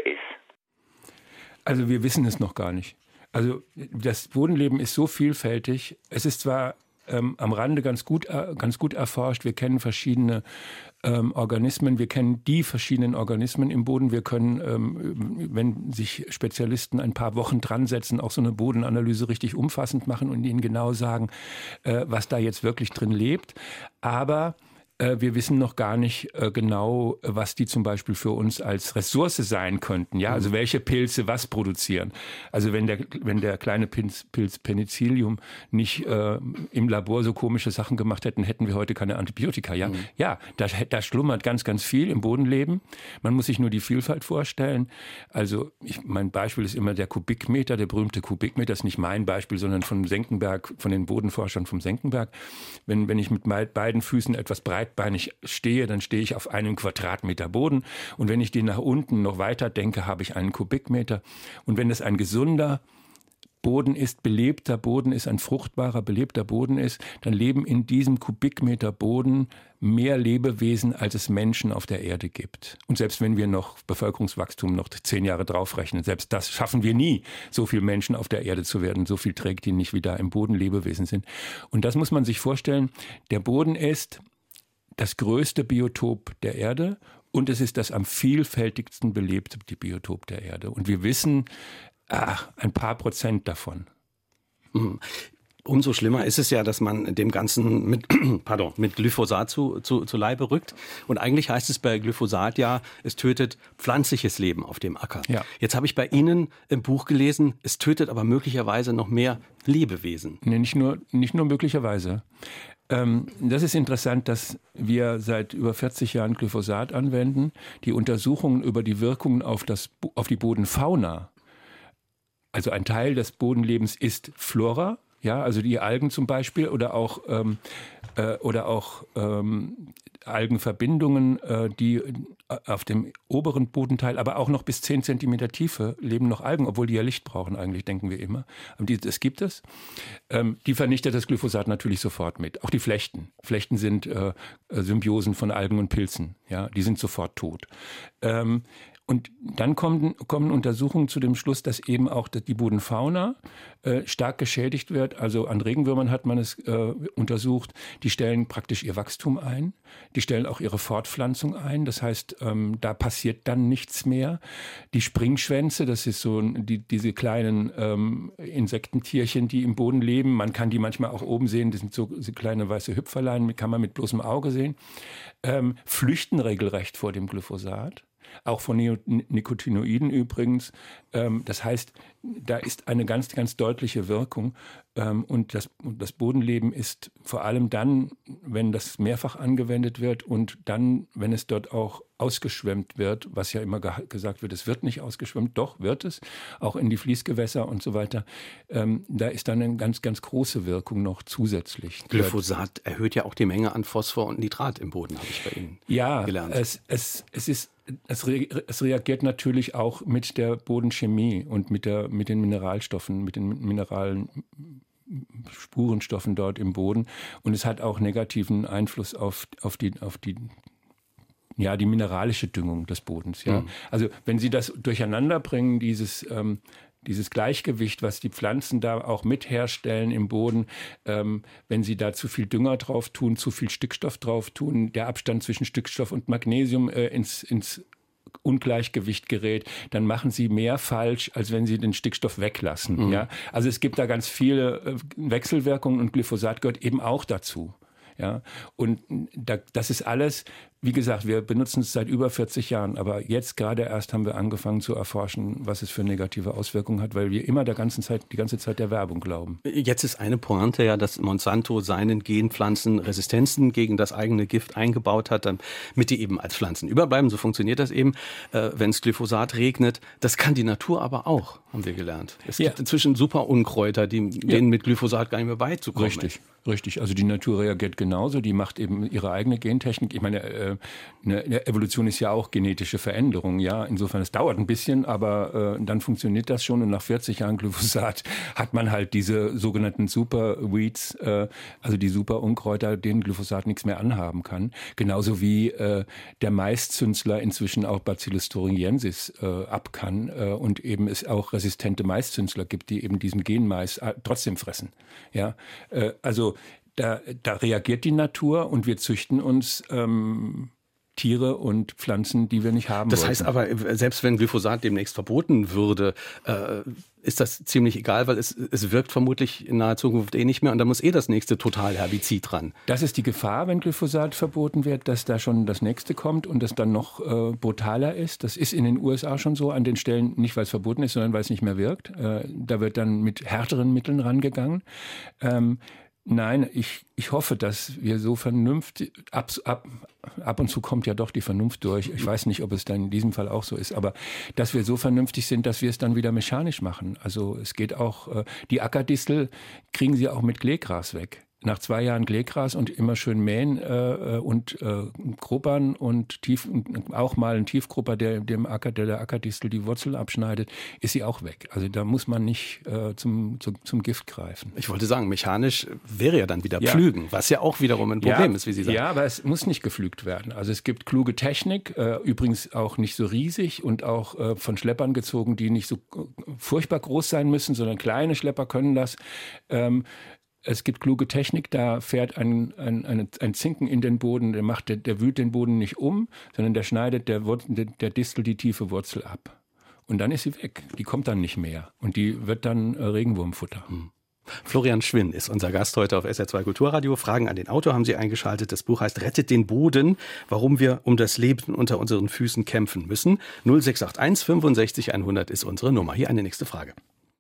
ist. Also wir wissen es noch gar nicht. Also das Bodenleben ist so vielfältig. Es ist zwar ähm, am Rande ganz gut, äh, ganz gut erforscht. Wir kennen verschiedene ähm, Organismen. Wir kennen die verschiedenen Organismen im Boden. Wir können, ähm, wenn sich Spezialisten ein paar Wochen dran setzen, auch so eine Bodenanalyse richtig umfassend machen und ihnen genau sagen, äh, was da jetzt wirklich drin lebt. Aber wir wissen noch gar nicht äh, genau, was die zum Beispiel für uns als Ressource sein könnten. Ja, also welche Pilze was produzieren. Also wenn der, wenn der kleine Pilz, Pilz Penicillium nicht äh, im Labor so komische Sachen gemacht hätten, hätten wir heute keine Antibiotika. Ja, mhm. ja, da, da schlummert ganz, ganz viel im Bodenleben. Man muss sich nur die Vielfalt vorstellen. Also ich, mein Beispiel ist immer der Kubikmeter, der berühmte Kubikmeter. Das ist nicht mein Beispiel, sondern von Senckenberg, von den Bodenforschern vom Senckenberg. Wenn, wenn ich mit beiden Füßen etwas breit beinig stehe, dann stehe ich auf einem Quadratmeter Boden. Und wenn ich den nach unten noch weiter denke, habe ich einen Kubikmeter. Und wenn es ein gesunder Boden ist, belebter Boden ist, ein fruchtbarer, belebter Boden ist, dann leben in diesem Kubikmeter Boden mehr Lebewesen, als es Menschen auf der Erde gibt. Und selbst wenn wir noch Bevölkerungswachstum noch zehn Jahre draufrechnen, selbst das schaffen wir nie, so viele Menschen auf der Erde zu werden. So viel trägt die nicht, wie da im Boden Lebewesen sind. Und das muss man sich vorstellen. Der Boden ist das größte Biotop der Erde und es ist das am vielfältigsten belebte Biotop der Erde. Und wir wissen, ach, ein paar Prozent davon. Umso schlimmer ist es ja, dass man dem Ganzen mit, pardon, mit Glyphosat zu, zu, zu Leibe rückt. Und eigentlich heißt es bei Glyphosat ja, es tötet pflanzliches Leben auf dem Acker. Ja. Jetzt habe ich bei Ihnen im Buch gelesen, es tötet aber möglicherweise noch mehr Lebewesen. Nee, nicht nur, nicht nur möglicherweise. Ähm, das ist interessant, dass wir seit über vierzig Jahren Glyphosat anwenden. Die Untersuchungen über die Wirkungen auf, das, auf die Bodenfauna, also ein Teil des Bodenlebens ist Flora, ja, also die Algen zum Beispiel oder auch, ähm, äh, oder auch ähm, Algenverbindungen, äh, die auf dem oberen Bodenteil, aber auch noch bis zehn Zentimeter Tiefe leben noch Algen, obwohl die ja Licht brauchen eigentlich, denken wir immer. Aber die, das gibt es. Ähm, die vernichtet das Glyphosat natürlich sofort mit. Auch die Flechten. Flechten sind äh, Symbiosen von Algen und Pilzen. Ja, die sind sofort tot. Ähm, Und dann kommen, kommen Untersuchungen zu dem Schluss, dass eben auch die Bodenfauna äh, stark geschädigt wird. Also an Regenwürmern hat man es äh, untersucht. Die stellen praktisch ihr Wachstum ein. Die stellen auch ihre Fortpflanzung ein. Das heißt, ähm, da passiert dann nichts mehr. Die Springschwänze, das ist so die, diese kleinen ähm, Insektentierchen, die im Boden leben. Man kann die manchmal auch oben sehen. Das sind so, so kleine weiße Hüpferlein, kann man mit bloßem Auge sehen. Ähm, flüchten regelrecht vor dem Glyphosat. Auch von Neonicotinoiden übrigens. Das heißt, da ist eine ganz, ganz deutliche Wirkung. Und das, das Bodenleben ist vor allem dann, wenn das mehrfach angewendet wird und dann, wenn es dort auch ausgeschwemmt wird, was ja immer ge- gesagt wird, es wird nicht ausgeschwemmt, doch wird es, auch in die Fließgewässer und so weiter. Ähm, da ist dann eine ganz, ganz große Wirkung noch zusätzlich. Glyphosat erhöht ja auch die Menge an Phosphor und Nitrat im Boden, habe ich bei Ihnen ja, gelernt. Ja, es, es, es ist Es, re- es reagiert natürlich auch mit der Bodenchemie und mit, der, mit den Mineralstoffen, mit den mineralen Spurenstoffen dort im Boden. Und es hat auch negativen Einfluss auf, auf, die, auf die, ja, die mineralische Düngung des Bodens. Ja. Mhm. Also wenn Sie das durcheinander bringen, dieses... Ähm, Dieses Gleichgewicht, was die Pflanzen da auch mit herstellen im Boden, ähm, wenn sie da zu viel Dünger drauf tun, zu viel Stickstoff drauf tun, der Abstand zwischen Stickstoff und Magnesium äh, ins, ins Ungleichgewicht gerät, dann machen sie mehr falsch, als wenn sie den Stickstoff weglassen. Mhm. Ja? Also es gibt da ganz viele äh, Wechselwirkungen und Glyphosat gehört eben auch dazu. Ja? Und da, das ist alles, wie gesagt, wir benutzen es seit über vierzig Jahren, aber jetzt gerade erst haben wir angefangen zu erforschen, was es für negative Auswirkungen hat, weil wir immer der ganzen Zeit, die ganze Zeit der Werbung glauben. Jetzt ist eine Pointe ja, dass Monsanto seinen Genpflanzen Resistenzen gegen das eigene Gift eingebaut hat, damit die eben als Pflanzen überbleiben. So funktioniert das eben, äh, wenn es Glyphosat regnet. Das kann die Natur aber auch, haben wir gelernt. Es ja. gibt inzwischen super Unkräuter, die, denen ja. mit Glyphosat gar nicht mehr beizukommen Richtig, ist. richtig. Also die Natur reagiert genauso, die macht eben ihre eigene Gentechnik. Ich meine, äh, eine Evolution ist ja auch genetische Veränderung, ja. Insofern, es dauert ein bisschen, aber äh, dann funktioniert das schon. Und nach vierzig Jahren Glyphosat hat man halt diese sogenannten Superweeds, äh, also die Superunkräuter, denen Glyphosat nichts mehr anhaben kann. Genauso wie äh, der Maiszünsler inzwischen auch Bacillus thuringiensis äh, ab kann äh, und eben es auch resistente Maiszünsler gibt, die eben diesen Genmais äh, trotzdem fressen. Ja, äh, also da, da reagiert die Natur und wir züchten uns ähm, Tiere und Pflanzen, die wir nicht haben Das wollten. heißt aber, selbst wenn Glyphosat demnächst verboten würde, äh, ist das ziemlich egal, weil es, es wirkt vermutlich in naher Zukunft eh nicht mehr und da muss eh das nächste Totalherbizid dran. Das ist die Gefahr, wenn Glyphosat verboten wird, dass da schon das nächste kommt und das dann noch äh, brutaler ist. Das ist in den U S A schon so, an den Stellen nicht, weil es verboten ist, sondern weil es nicht mehr wirkt. Äh, da wird dann mit härteren Mitteln rangegangen. Ähm, Nein, ich, ich hoffe, dass wir so vernünftig, ab, ab, ab und zu kommt ja doch die Vernunft durch. Ich weiß nicht, ob es dann in diesem Fall auch so ist, aber dass wir so vernünftig sind, dass wir es dann wieder mechanisch machen. Also es geht auch, die Ackerdistel kriegen Sie auch mit Kleegras weg. Nach zwei Jahren Kleegras und immer schön mähen äh, und äh, grubbern und tief, auch mal ein Tiefgrupper, der dem Acker, der der Ackerdistel die Wurzel abschneidet, ist sie auch weg. Also da muss man nicht äh, zum, zum, zum Gift greifen. Ich wollte sagen, mechanisch wäre ja dann wieder Pflügen, ja. was ja auch wiederum ein Problem ja, ist, wie Sie sagen. Ja, aber es muss nicht gepflügt werden. Also es gibt kluge Technik, äh, übrigens auch nicht so riesig und auch äh, von Schleppern gezogen, die nicht so furchtbar groß sein müssen, sondern kleine Schlepper können das. Ähm, Es gibt kluge Technik, da fährt ein, ein, ein, ein Zinken in den Boden, der, macht, der, der wühlt den Boden nicht um, sondern der schneidet der, der, der Distel die tiefe Wurzel ab. Und dann ist sie weg, die kommt dann nicht mehr und die wird dann äh, Regenwurmfutter. Hm. Florian Schwinn ist unser Gast heute auf S R zwei Kulturradio. Fragen an den Autor haben Sie eingeschaltet. Das Buch heißt Rettet den Boden, warum wir um das Leben unter unseren Füßen kämpfen müssen. null sechs acht eins fünfundsechzig hundert ist unsere Nummer. Hier eine nächste Frage.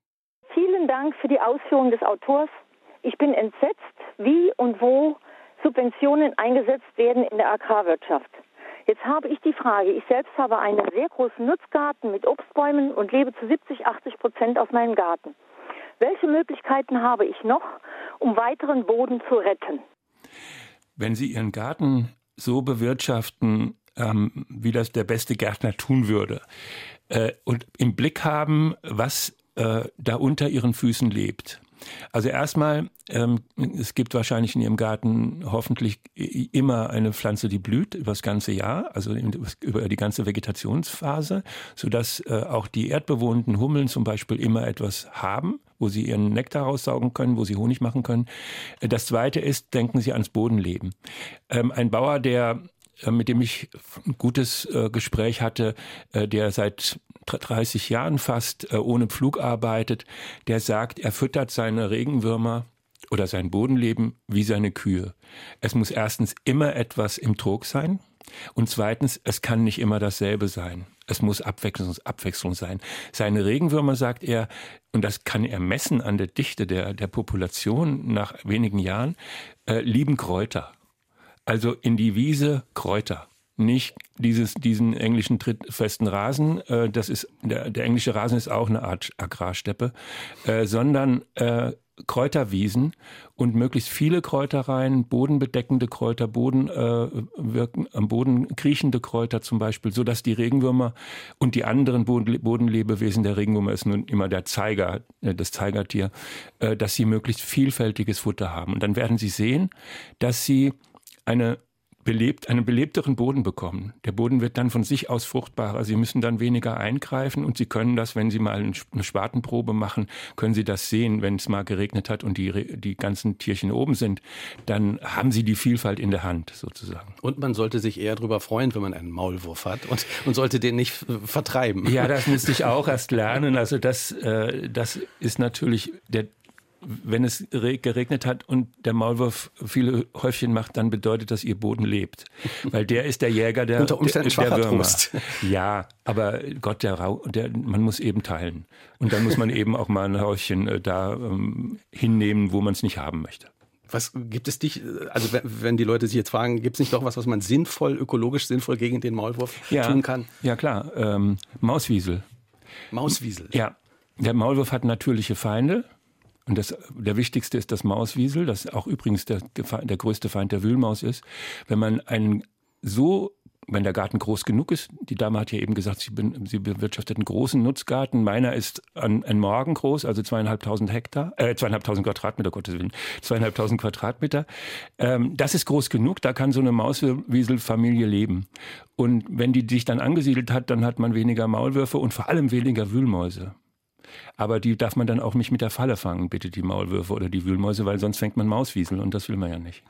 Vielen Dank für die Ausführungen des Autors. Ich bin entsetzt, wie und wo Subventionen eingesetzt werden in der Agrarwirtschaft. Jetzt habe ich die Frage, ich selbst habe einen sehr großen Nutzgarten mit Obstbäumen und lebe zu siebzig, achtzig Prozent aus meinem Garten. Welche Möglichkeiten habe ich noch, um weiteren Boden zu retten? Wenn Sie Ihren Garten so bewirtschaften, ähm, wie das der beste Gärtner tun würde. Äh, und im Blick haben, was äh, da unter ihren Füßen lebt. Also erstmal, ähm, es gibt wahrscheinlich in Ihrem Garten hoffentlich immer eine Pflanze, die blüht über das ganze Jahr, also über die ganze Vegetationsphase, sodass äh, auch die erdbewohnten Hummeln zum Beispiel immer etwas haben, wo sie ihren Nektar raussaugen können, wo sie Honig machen können. Das Zweite ist, denken Sie ans Bodenleben. Ähm, ein Bauer, der mit dem ich ein gutes äh, Gespräch hatte, äh, der seit dreißig Jahren fast äh, ohne Pflug arbeitet, der sagt, er füttert seine Regenwürmer oder sein Bodenleben wie seine Kühe. Es muss erstens immer etwas im Trog sein und zweitens, es kann nicht immer dasselbe sein. Es muss Abwechslung, Abwechslung sein. Seine Regenwürmer, sagt er, und das kann er messen an der Dichte der, der Population nach wenigen Jahren, äh, lieben Kräuter. Also in die Wiese Kräuter, nicht dieses, diesen englischen trittfesten Rasen, äh, das ist, der, der englische Rasen ist auch eine Art Agrarsteppe, äh, sondern äh, Kräuterwiesen und möglichst viele Kräutereien, bodenbedeckende Kräuter, Boden, äh, wirken, am Boden kriechende Kräuter zum Beispiel, sodass die Regenwürmer und die anderen Boden, Bodenlebewesen, der Regenwürmer ist nun immer der Zeiger, äh, das Zeigertier, äh, dass sie möglichst vielfältiges Futter haben. Und dann werden Sie sehen, dass sie eine belebt, einen belebteren Boden bekommen. Der Boden wird dann von sich aus fruchtbarer. Sie müssen dann weniger eingreifen und Sie können das, wenn Sie mal eine Spatenprobe machen, können Sie das sehen, wenn es mal geregnet hat und die, die ganzen Tierchen oben sind. Dann haben Sie die Vielfalt in der Hand sozusagen. Und man sollte sich eher darüber freuen, wenn man einen Maulwurf hat und, und sollte den nicht vertreiben. Ja, das musste ich auch erst lernen. Also das, äh, das ist natürlich der Wenn es geregnet hat und der Maulwurf viele Häufchen macht, dann bedeutet das, ihr Boden lebt. Weil der ist der Jäger der, Unter Umständen der, der Würmer. Trost. Ja, aber Gott, der, der, man muss eben teilen. Und dann muss man eben auch mal ein Häufchen äh, da ähm, hinnehmen, wo man es nicht haben möchte. Was gibt es dich, also wenn die Leute sich jetzt fragen, gibt es nicht doch was, was man sinnvoll, ökologisch sinnvoll gegen den Maulwurf ja, tun kann? Ja, klar. Ähm, Mauswiesel. Mauswiesel? Ja. Der Maulwurf hat natürliche Feinde. Und das, der wichtigste ist das Mauswiesel, das auch übrigens der, der größte Feind der Wühlmaus ist. Wenn man einen so, wenn der Garten groß genug ist, die Dame hat ja eben gesagt, sie, bin, sie bewirtschaftet einen großen Nutzgarten. Meiner ist ein, ein Morgen groß, also zweieinhalbtausend Hektar, äh, zweieinhalbtausend Quadratmeter, Gottes Willen, zweieinhalbtausend Quadratmeter. Ähm, das ist groß genug, da kann so eine Mauswieselfamilie leben. Und wenn die sich dann angesiedelt hat, dann hat man weniger Maulwürfe und vor allem weniger Wühlmäuse. Aber die darf man dann auch nicht mit der Falle fangen, bitte die Maulwürfe oder die Wühlmäuse, weil sonst fängt man Mauswiesel und das will man ja nicht.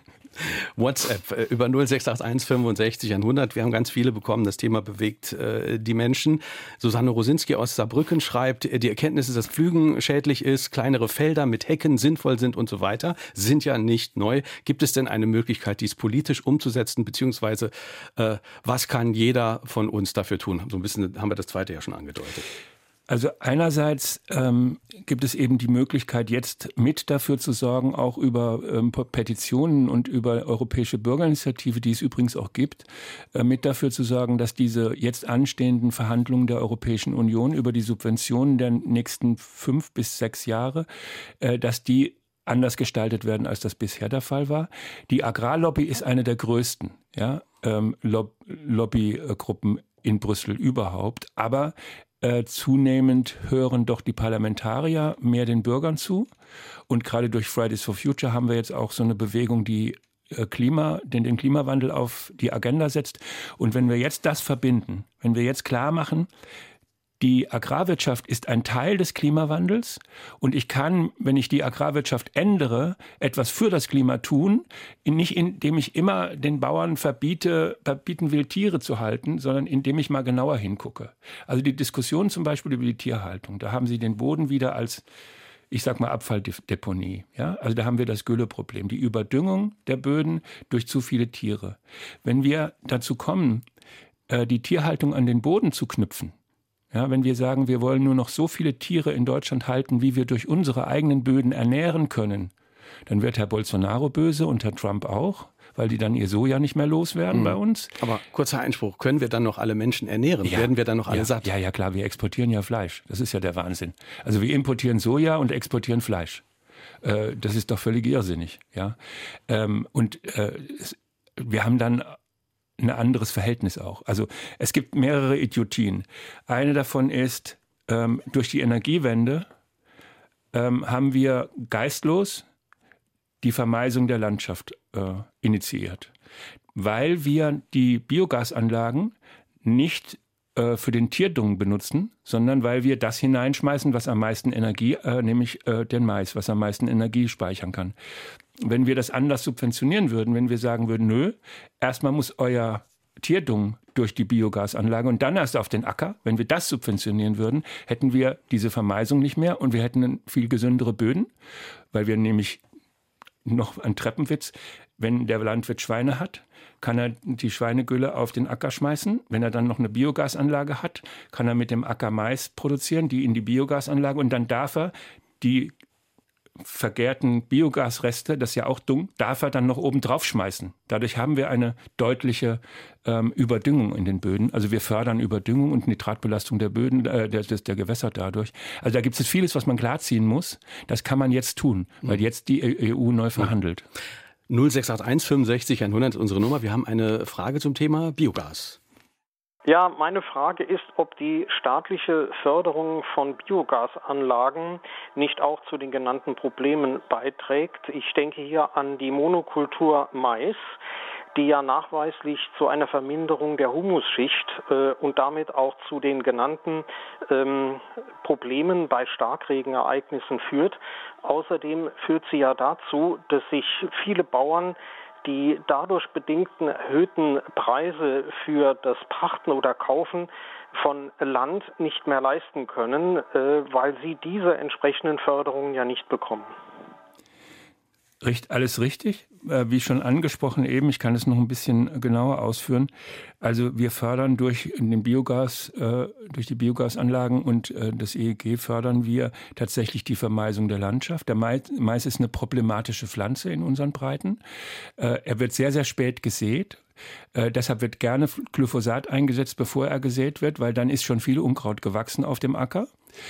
WhatsApp über null sechs acht eins fünfundsechzig hundert. Wir haben ganz viele bekommen. Das Thema bewegt äh, die Menschen. Susanne Rosinski aus Saarbrücken schreibt, die Erkenntnisse, dass Pflügen schädlich ist, kleinere Felder mit Hecken sinnvoll sind und so weiter, sind ja nicht neu. Gibt es denn eine Möglichkeit, dies politisch umzusetzen, beziehungsweise äh, was kann jeder von uns dafür tun? So ein bisschen haben wir das zweite ja schon angedeutet. Also einerseits ähm, gibt es eben die Möglichkeit, jetzt mit dafür zu sorgen, auch über ähm, Petitionen und über europäische Bürgerinitiative, die es übrigens auch gibt, äh, mit dafür zu sorgen, dass diese jetzt anstehenden Verhandlungen der Europäischen Union über die Subventionen der nächsten fünf bis sechs Jahre, äh, dass die anders gestaltet werden, als das bisher der Fall war. Die Agrarlobby ist eine der größten, ja, ähm, Lob- Lobbygruppen in Brüssel überhaupt, aber Äh, zunehmend hören doch die Parlamentarier mehr den Bürgern zu. Und gerade durch Fridays for Future haben wir jetzt auch so eine Bewegung, die äh, Klima, den, den Klimawandel auf die Agenda setzt. Und wenn wir jetzt das verbinden, wenn wir jetzt klar machen, die Agrarwirtschaft ist ein Teil des Klimawandels und ich kann, wenn ich die Agrarwirtschaft ändere, etwas für das Klima tun, nicht indem ich immer den Bauern verbiete, verbieten will, Tiere zu halten, sondern indem ich mal genauer hingucke. Also die Diskussion zum Beispiel über die Tierhaltung, da haben Sie den Boden wieder als, ich sag mal, Abfalldeponie. Ja? Also da haben wir das Gülleproblem, die Überdüngung der Böden durch zu viele Tiere. Wenn wir dazu kommen, die Tierhaltung an den Boden zu knüpfen, ja, wenn wir sagen, wir wollen nur noch so viele Tiere in Deutschland halten, wie wir durch unsere eigenen Böden ernähren können, dann wird Herr Bolsonaro böse und Herr Trump auch, weil die dann ihr Soja nicht mehr loswerden mhm. bei uns. Aber kurzer Einspruch, können wir dann noch alle Menschen ernähren? Ja. Werden wir dann noch alle ja. satt? Ja, ja klar, wir exportieren ja Fleisch. Das ist ja der Wahnsinn. Also wir importieren Soja und exportieren Fleisch. Äh, das ist doch völlig irrsinnig. Ja? Ähm, und äh, wir haben dann ein anderes Verhältnis auch. Also es gibt mehrere Idiotien. Eine davon ist, ähm, durch die Energiewende ähm, haben wir geistlos die Vermeisung der Landschaft äh, initiiert, weil wir die Biogasanlagen nicht äh, für den Tierdung benutzen, sondern weil wir das hineinschmeißen, was am meisten Energie, äh, nämlich äh, den Mais, was am meisten Energie speichern kann. Wenn wir das anders subventionieren würden, wenn wir sagen würden, nö, erstmal muss euer Tierdung durch die Biogasanlage und dann erst auf den Acker, wenn wir das subventionieren würden, hätten wir diese Vermeisung nicht mehr und wir hätten viel gesündere Böden, weil wir nämlich noch ein Treppenwitz, wenn der Landwirt Schweine hat, kann er die Schweinegülle auf den Acker schmeißen. Wenn er dann noch eine Biogasanlage hat, kann er mit dem Acker Mais produzieren, die in die Biogasanlage und dann darf er die vergärten Biogasreste, das ist ja auch dumm, darf er dann noch oben drauf schmeißen. Dadurch haben wir eine deutliche ähm, Überdüngung in den Böden. Also wir fördern Überdüngung und Nitratbelastung der Böden, äh, der, der Gewässer dadurch. Also da gibt es vieles, was man klarziehen muss. Das kann man jetzt tun, weil jetzt die E U neu verhandelt. null sechs acht eins fünfundsechzig hundert ist unsere Nummer. Wir haben eine Frage zum Thema Biogas. Ja, meine Frage ist, ob die staatliche Förderung von Biogasanlagen nicht auch zu den genannten Problemen beiträgt. Ich denke hier an die Monokultur Mais, die ja nachweislich zu einer Verminderung der Humusschicht äh, und damit auch zu den genannten ähm, Problemen bei Starkregenereignissen führt. Außerdem führt sie ja dazu, dass sich viele Bauern die dadurch bedingten erhöhten Preise für das Pachten oder Kaufen von Land nicht mehr leisten können, äh, weil sie diese entsprechenden Förderungen ja nicht bekommen. Alles richtig, wie schon angesprochen eben, ich kann es noch ein bisschen genauer ausführen. Also wir fördern durch den Biogas, durch die Biogasanlagen und das E E G fördern wir tatsächlich die Vermeisung der Landschaft. Der Mais, Mais ist eine problematische Pflanze in unseren Breiten. Er wird sehr, sehr spät gesät. Äh, deshalb wird gerne Glyphosat eingesetzt, bevor er gesät wird, weil dann ist schon viel Unkraut gewachsen auf dem Acker.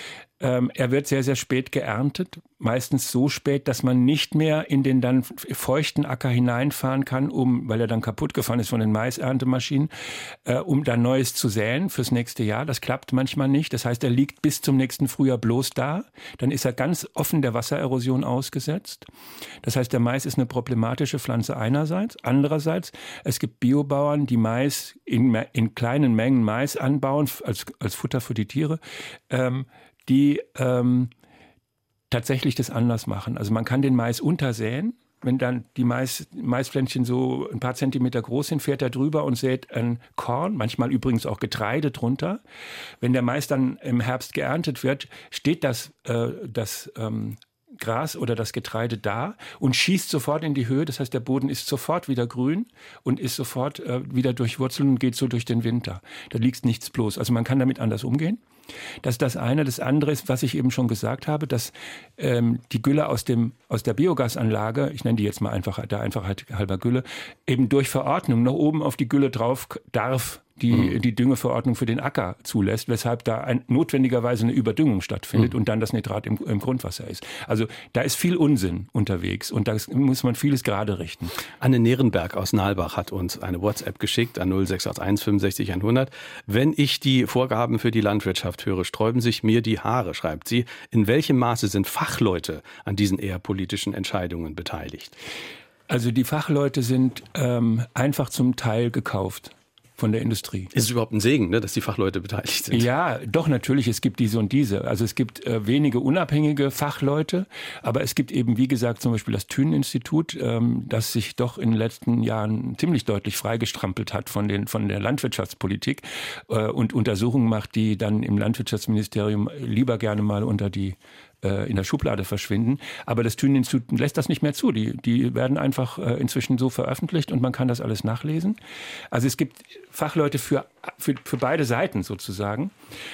Ähm, er wird sehr, sehr spät geerntet, meistens so spät, dass man nicht mehr in den dann feuchten Acker hineinfahren kann, um, weil er dann kaputt gefahren ist von den Maiserntemaschinen, äh, um dann Neues zu säen fürs nächste Jahr. Das klappt manchmal nicht. Das heißt, er liegt bis zum nächsten Frühjahr bloß da. Dann ist er ganz offen der Wassererosion ausgesetzt. Das heißt, der Mais ist eine problematische Pflanze einerseits. Andererseits, es gibt Biobauern, die Mais in, in kleinen Mengen Mais anbauen, als, als Futter für die Tiere, ähm, die ähm, tatsächlich das anders machen. Also man kann den Mais untersäen. Wenn dann die Mais, Maispflänzchen so ein paar Zentimeter groß sind, fährt er drüber und sät ein Korn, manchmal übrigens auch Getreide drunter. Wenn der Mais dann im Herbst geerntet wird, steht das, äh, das ähm, Gras oder das Getreide da und schießt sofort in die Höhe. Das heißt, der Boden ist sofort wieder grün und ist sofort äh, wieder durchwurzelt und geht so durch den Winter. Da liegt nichts bloß. Also man kann damit anders umgehen. Das ist das eine. Das andere ist, was ich eben schon gesagt habe, dass ähm, die Gülle aus dem aus der Biogasanlage, ich nenne die jetzt mal einfach der Einfachheit halber Gülle, eben durch Verordnung noch oben auf die Gülle drauf darf, die mhm. die Düngeverordnung für den Acker zulässt, weshalb da ein, notwendigerweise eine Überdüngung stattfindet mhm. und dann das Nitrat im, im Grundwasser ist. Also da ist viel Unsinn unterwegs und da muss man vieles gerade richten. Anne Nierenberg aus Nalbach hat uns eine WhatsApp geschickt an null sechs acht eins fünfundsechzig hundert. Wenn ich die Vorgaben für die Landwirtschaft höre, sträuben sich mir die Haare, schreibt sie. In welchem Maße sind Fachleute an diesen eher politischen Entscheidungen beteiligt? Also die Fachleute sind ähm, einfach zum Teil gekauft von der Industrie. Ist es überhaupt ein Segen, ne, dass die Fachleute beteiligt sind? Ja, doch, natürlich. Es gibt diese und diese. Also es gibt äh, wenige unabhängige Fachleute, aber es gibt eben, wie gesagt, zum Beispiel das Thünen-Institut, ähm, das sich doch in den letzten Jahren ziemlich deutlich freigestrampelt hat von, den, von der Landwirtschaftspolitik äh, und Untersuchungen macht, die dann im Landwirtschaftsministerium lieber gerne mal unter die in der Schublade verschwinden. Aber das Thünen-Institut lässt das nicht mehr zu. Die, die werden einfach äh, inzwischen so veröffentlicht und man kann das alles nachlesen. Also es gibt Fachleute für, für, für beide Seiten sozusagen.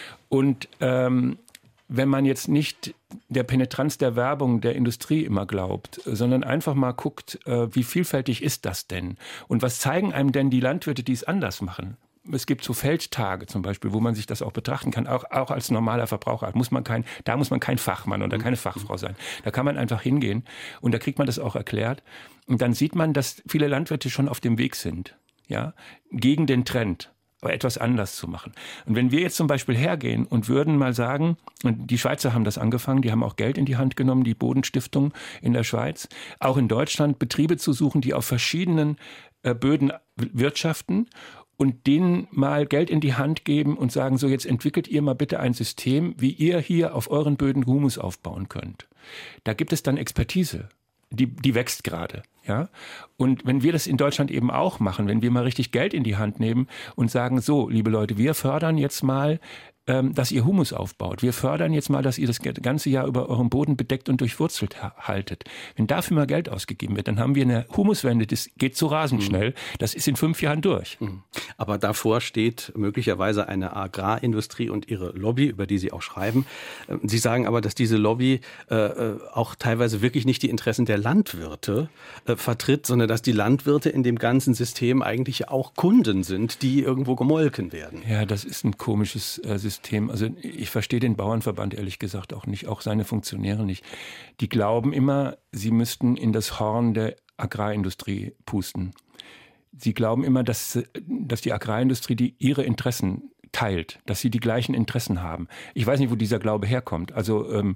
Und ähm, wenn man jetzt nicht der Penetranz der Werbung der Industrie immer glaubt, sondern einfach mal guckt, äh, wie vielfältig ist das denn? Und was zeigen einem denn die Landwirte, die es anders machen? Es gibt so Feldtage zum Beispiel, wo man sich das auch betrachten kann, auch, auch als normaler Verbraucher. Muss man kein, da muss man kein Fachmann oder keine Fachfrau sein. Da kann man einfach hingehen und da kriegt man das auch erklärt. Und dann sieht man, dass viele Landwirte schon auf dem Weg sind. ja, gegen den Trend, aber etwas anders zu machen. Und wenn wir jetzt zum Beispiel hergehen und würden mal sagen, und die Schweizer haben das angefangen, die haben auch Geld in die Hand genommen, die Bodenstiftung in der Schweiz, auch in Deutschland Betriebe zu suchen, die auf verschiedenen äh, Böden wirtschaften und denen mal Geld in die Hand geben und sagen, so jetzt entwickelt ihr mal bitte ein System, wie ihr hier auf euren Böden Humus aufbauen könnt. Da gibt es dann Expertise. Die, die wächst gerade, ja. Und wenn wir das in Deutschland eben auch machen, wenn wir mal richtig Geld in die Hand nehmen und sagen, so, liebe Leute, wir fördern jetzt mal, ähm, dass ihr Humus aufbaut. Wir fördern jetzt mal, dass ihr das ganze Jahr über euren Boden bedeckt und durchwurzelt ha- haltet. Wenn dafür mal Geld ausgegeben wird, dann haben wir eine Humuswende, das geht so rasend schnell. Das ist in fünf Jahren durch. Aber davor steht möglicherweise eine Agrarindustrie und ihre Lobby, über die Sie auch schreiben. Sie sagen aber, dass diese Lobby äh, auch teilweise wirklich nicht die Interessen der Landwirte äh, vertritt, sondern dass die Landwirte in dem ganzen System eigentlich auch Kunden sind, die irgendwo gemolken werden. Ja, das ist ein komisches äh, System. Also ich verstehe den Bauernverband ehrlich gesagt auch nicht, auch seine Funktionäre nicht. Die glauben immer, sie müssten in das Horn der Agrarindustrie pusten. Sie glauben immer, dass, dass die Agrarindustrie die ihre Interessen teilt, dass sie die gleichen Interessen haben. Ich weiß nicht, wo dieser Glaube herkommt. Also ähm,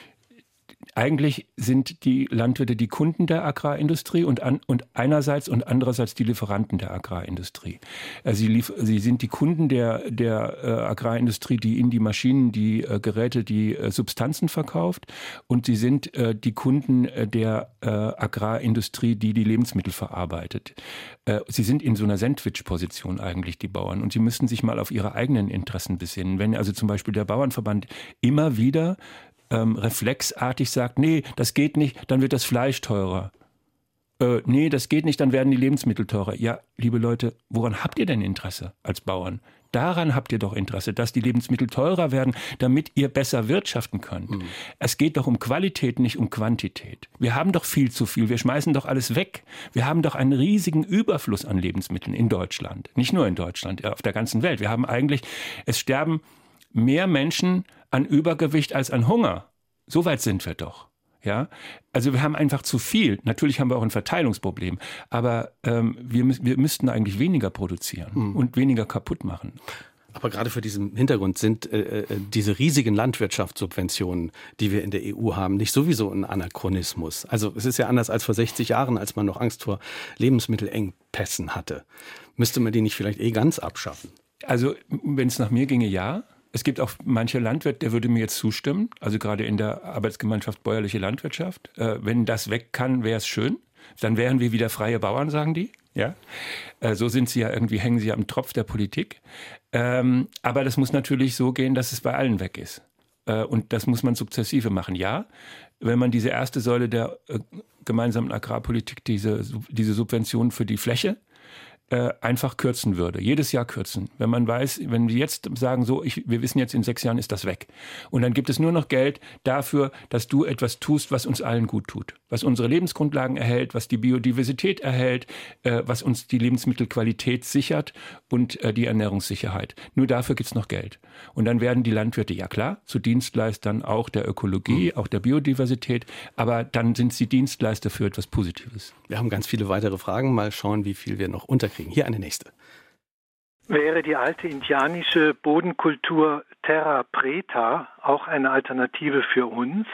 eigentlich sind die Landwirte die Kunden der Agrarindustrie und, an, und einerseits und andererseits die Lieferanten der Agrarindustrie. Äh, sie, lief, sie sind die Kunden der, der äh, Agrarindustrie, die in die Maschinen, die äh, Geräte, die äh, Substanzen verkauft, und sie sind äh, die Kunden äh, der äh, Agrarindustrie, die die Lebensmittel verarbeitet. Äh, sie sind in so einer Sandwich-Position eigentlich, die Bauern, und sie müssten sich mal auf ihre eigenen Interessen besinnen. Wenn also zum Beispiel der Bauernverband immer wieder Ähm, reflexartig sagt, nee, das geht nicht, dann wird das Fleisch teurer. Äh, nee, das geht nicht, dann werden die Lebensmittel teurer. Ja, liebe Leute, woran habt ihr denn Interesse als Bauern? Daran habt ihr doch Interesse, dass die Lebensmittel teurer werden, damit ihr besser wirtschaften könnt. Mhm. Es geht doch um Qualität, nicht um Quantität. Wir haben doch viel zu viel, wir schmeißen doch alles weg. Wir haben doch einen riesigen Überfluss an Lebensmitteln in Deutschland. Nicht nur in Deutschland, auf der ganzen Welt. Wir haben eigentlich, es sterben mehr Menschen an Übergewicht als an Hunger. So weit sind wir doch. Ja, also wir haben einfach zu viel. Natürlich haben wir auch ein Verteilungsproblem, aber ähm, wir, wir müssten eigentlich weniger produzieren hm. und weniger kaputt machen. Aber gerade vor diesem Hintergrund sind äh, diese riesigen Landwirtschaftssubventionen, die wir in der E U haben, nicht sowieso ein Anachronismus. Also es ist ja anders als vor sechzig Jahren, als man noch Angst vor Lebensmittelengpässen hatte. Müsste man die nicht vielleicht eh ganz abschaffen? Also wenn es nach mir ginge, ja. Es gibt auch manche Landwirt, der würde mir jetzt zustimmen, also gerade in der Arbeitsgemeinschaft bäuerliche Landwirtschaft. Äh, wenn das weg kann, wäre es schön. Dann wären wir wieder freie Bauern, sagen die. Ja, äh, so sind sie ja irgendwie, hängen sie am Tropf der Politik. Ähm, aber das muss natürlich so gehen, dass es bei allen weg ist. Äh, und das muss man sukzessive machen. Ja, wenn man diese erste Säule der äh, gemeinsamen Agrarpolitik, diese, diese Subvention für die Fläche, einfach kürzen würde, jedes Jahr kürzen. Wenn man weiß, wenn wir jetzt sagen, so, ich, wir wissen jetzt, in sechs Jahren ist das weg. Und dann gibt es nur noch Geld dafür, dass du etwas tust, was uns allen gut tut. Was unsere Lebensgrundlagen erhält, was die Biodiversität erhält, äh, was uns die Lebensmittelqualität sichert und äh, die Ernährungssicherheit. Nur dafür gibt es noch Geld. Und dann werden die Landwirte, ja klar, zu Dienstleistern auch der Ökologie, mhm. auch der Biodiversität, aber dann sind sie Dienstleister für etwas Positives. Wir haben ganz viele weitere Fragen. Mal schauen, wie viel wir noch unterkriegen. Hier eine nächste. Wäre die alte indianische Bodenkultur Terra Preta auch eine Alternative für uns?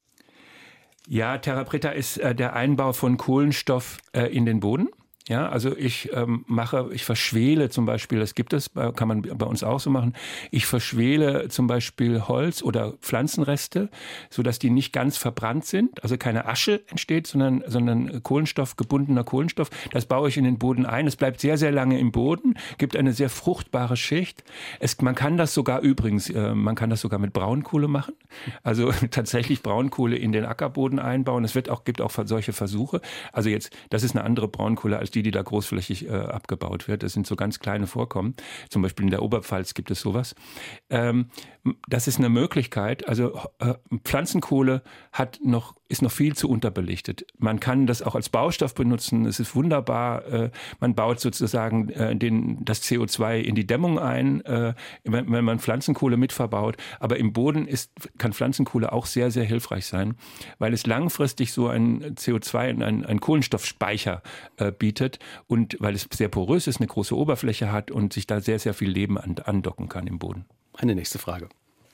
Ja, Terra Preta ist äh, der Einbau von Kohlenstoff äh, in den Boden. Ja, also ich ähm, mache, ich verschwele zum Beispiel, das gibt es, kann man bei uns auch so machen, ich verschwele zum Beispiel Holz oder Pflanzenreste, sodass die nicht ganz verbrannt sind, also keine Asche entsteht, sondern, sondern Kohlenstoff, gebundener Kohlenstoff. Das baue ich in den Boden ein. Es bleibt sehr, sehr lange im Boden, gibt eine sehr fruchtbare Schicht. Es, man kann das sogar übrigens, äh, man kann das sogar mit Braunkohle machen, also tatsächlich Braunkohle in den Ackerboden einbauen. Es wird auch, gibt auch solche Versuche. Also jetzt, das ist eine andere Braunkohle als die, die da großflächig äh, abgebaut wird. Das sind so ganz kleine Vorkommen. Zum Beispiel in der Oberpfalz gibt es sowas. Ähm, das ist eine Möglichkeit. Also äh, Pflanzenkohle hat noch ist noch viel zu unterbelichtet. Man kann das auch als Baustoff benutzen. Es ist wunderbar. Äh, man baut sozusagen äh, den, das C O zwei in die Dämmung ein, äh, wenn, wenn man Pflanzenkohle mitverbaut. Aber im Boden ist, kann Pflanzenkohle auch sehr, sehr hilfreich sein, weil es langfristig so ein C O zwei, ein, ein Kohlenstoffspeicher äh, bietet und weil es sehr porös ist, eine große Oberfläche hat und sich da sehr, sehr viel Leben an, andocken kann im Boden. Eine nächste Frage.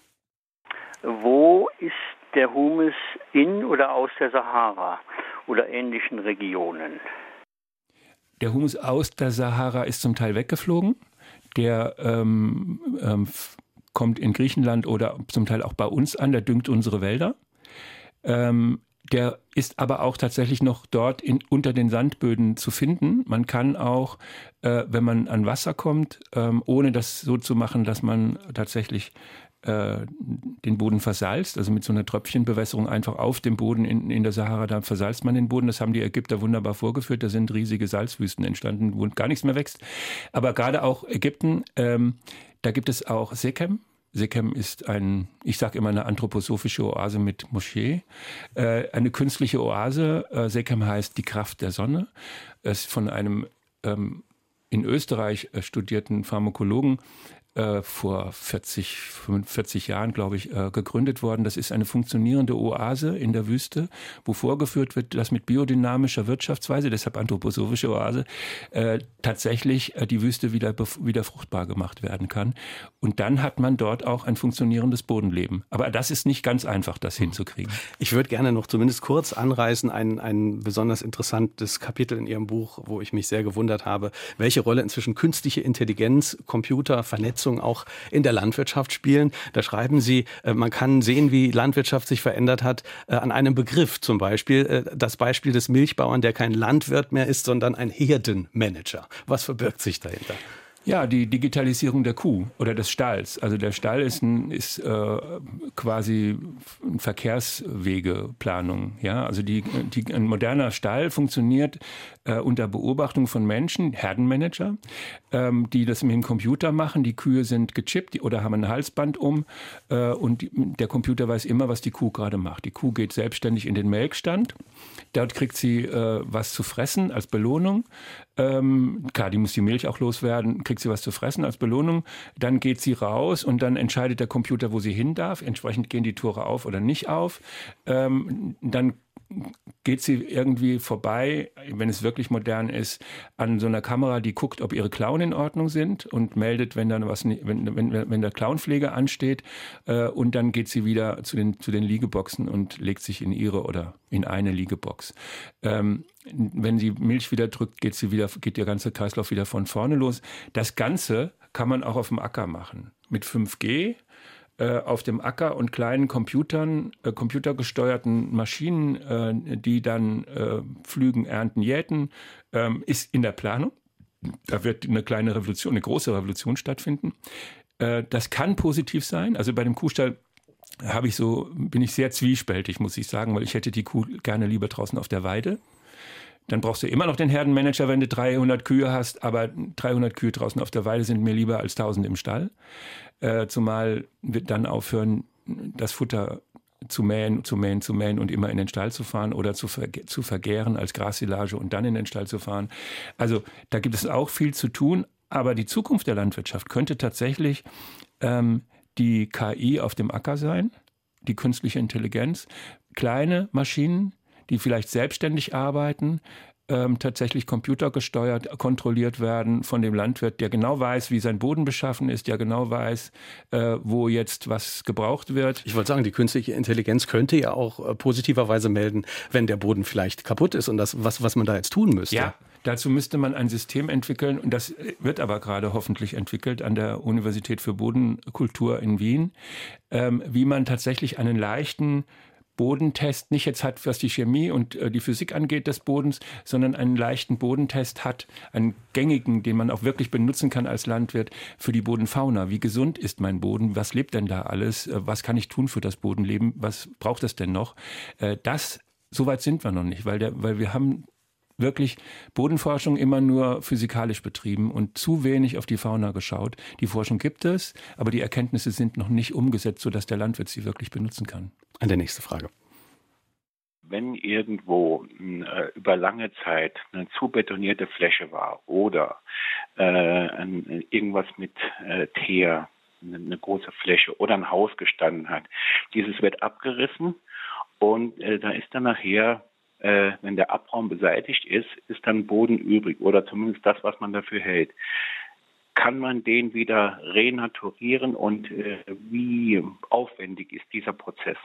Wo ist der Humus in oder aus der Sahara oder ähnlichen Regionen? Der Humus aus der Sahara ist zum Teil weggeflogen. Der ähm, ähm, kommt in Griechenland oder zum Teil auch bei uns an. Der düngt unsere Wälder. Ähm, der ist aber auch tatsächlich noch dort in, unter den Sandböden zu finden. Man kann auch, äh, wenn man an Wasser kommt, ähm, ohne das so zu machen, dass man tatsächlich den Boden versalzt, also mit so einer Tröpfchenbewässerung einfach auf dem Boden in, in der Sahara, da versalzt man den Boden. Das haben die Ägypter wunderbar vorgeführt. Da sind riesige Salzwüsten entstanden, wo gar nichts mehr wächst. Aber gerade auch Ägypten, ähm, da gibt es auch Sekem. Sekem ist ein, ich sage immer, eine anthroposophische Oase mit Moschee. Äh, eine künstliche Oase. Äh, Sekem heißt die Kraft der Sonne. Es ist von einem ähm, in Österreich äh, studierten Pharmakologen vor vierzig, fünfundvierzig Jahren, glaube ich, gegründet worden. Das ist eine funktionierende Oase in der Wüste, wo vorgeführt wird, dass mit biodynamischer Wirtschaftsweise, deshalb anthroposophische Oase, äh, tatsächlich äh, die Wüste wieder, wieder fruchtbar gemacht werden kann. Und dann hat man dort auch ein funktionierendes Bodenleben. Aber das ist nicht ganz einfach, das hinzukriegen. Ich würde gerne noch zumindest kurz anreißen, ein, ein besonders interessantes Kapitel in Ihrem Buch, wo ich mich sehr gewundert habe, welche Rolle inzwischen künstliche Intelligenz, Computer, Vernetzung auch in der Landwirtschaft spielen. Da schreiben Sie, man kann sehen, wie Landwirtschaft sich verändert hat an einem Begriff. Zum Beispiel das Beispiel des Milchbauern, der kein Landwirt mehr ist, sondern ein Herdenmanager. Was verbirgt sich dahinter? Ja, die Digitalisierung der Kuh oder des Stalls. Also der Stall ist, ein, ist äh, quasi eine Verkehrswegeplanung. Ja, also die, die, ein moderner Stall funktioniert äh, unter Beobachtung von Menschen, Herdenmanager, ähm, die das mit dem Computer machen. Die Kühe sind gechippt die, oder haben ein Halsband um äh, und die, der Computer weiß immer, was die Kuh gerade macht. Die Kuh geht selbstständig in den Melkstand. Dort kriegt sie äh, was zu fressen als Belohnung. Ähm, klar, die muss die Milch auch loswerden, kriegt sie was zu fressen als Belohnung. Dann geht sie raus und dann entscheidet der Computer, wo sie hin darf. Entsprechend gehen die Tore auf oder nicht auf. Ähm, dann geht sie irgendwie vorbei, wenn es wirklich modern ist, an so einer Kamera, die guckt, ob ihre Klauen in Ordnung sind und meldet, wenn dann was, wenn, wenn, wenn der Klauenpflege ansteht. Äh, und dann geht sie wieder zu den, zu den Liegeboxen und legt sich in ihre oder in eine Liegebox. Ähm, wenn sie Milch wieder drückt, geht sie wieder, geht der ganze Kreislauf wieder von vorne los. Das Ganze kann man auch auf dem Acker machen. Mit fünf G auf dem Acker und kleinen Computern, äh, computergesteuerten Maschinen, äh, die dann äh, pflügen, ernten, jäten, ähm, ist in der Planung. Da wird eine kleine Revolution, eine große Revolution stattfinden. Äh, das kann positiv sein. Also bei dem Kuhstall habe ich so, bin ich sehr zwiespältig, muss ich sagen, weil ich hätte die Kuh gerne lieber draußen auf der Weide. Dann brauchst du immer noch den Herdenmanager, wenn du dreihundert Kühe hast, aber dreihundert Kühe draußen auf der Weide sind mir lieber als tausend im Stall. Äh, zumal wir dann aufhören, das Futter zu mähen, zu mähen, zu mähen und immer in den Stall zu fahren oder zu, verge- zu vergären als Grassilage und dann in den Stall zu fahren. Also da gibt es auch viel zu tun, aber die Zukunft der Landwirtschaft könnte tatsächlich ähm, die K I auf dem Acker sein, die künstliche Intelligenz, kleine Maschinen, die vielleicht selbstständig arbeiten, ähm, tatsächlich computergesteuert, kontrolliert werden von dem Landwirt, der genau weiß, wie sein Boden beschaffen ist, der genau weiß, äh, wo jetzt was gebraucht wird. Ich wollte sagen, die künstliche Intelligenz könnte ja auch äh, positiverweise melden, wenn der Boden vielleicht kaputt ist und das, was, was man da jetzt tun müsste. Ja, dazu müsste man ein System entwickeln und das wird aber gerade hoffentlich entwickelt an der Universität für Bodenkultur in Wien, ähm, wie man tatsächlich einen leichten Bodentest nicht jetzt hat, was die Chemie und äh, die Physik angeht des Bodens, sondern einen leichten Bodentest hat, einen gängigen, den man auch wirklich benutzen kann als Landwirt für die Bodenfauna. Wie gesund ist mein Boden? Was lebt denn da alles? Äh, was kann ich tun für das Bodenleben? Was braucht es denn noch? Äh, das, so weit sind wir noch nicht, weil, der, weil wir haben wirklich Bodenforschung immer nur physikalisch betrieben und zu wenig auf die Fauna geschaut. Die Forschung gibt es, aber die Erkenntnisse sind noch nicht umgesetzt, sodass der Landwirt sie wirklich benutzen kann. An der nächste Frage. wenn irgendwo äh, über lange Zeit eine zu betonierte Fläche war oder äh, ein, irgendwas mit äh, Teer, eine, eine große Fläche oder ein Haus gestanden hat, dieses wird abgerissen und äh, da ist dann nachher, äh, wenn der Abraum beseitigt ist, ist dann Boden übrig oder zumindest das, was man dafür hält. Kann man den wieder renaturieren und äh, wie aufwendig ist dieser Prozess?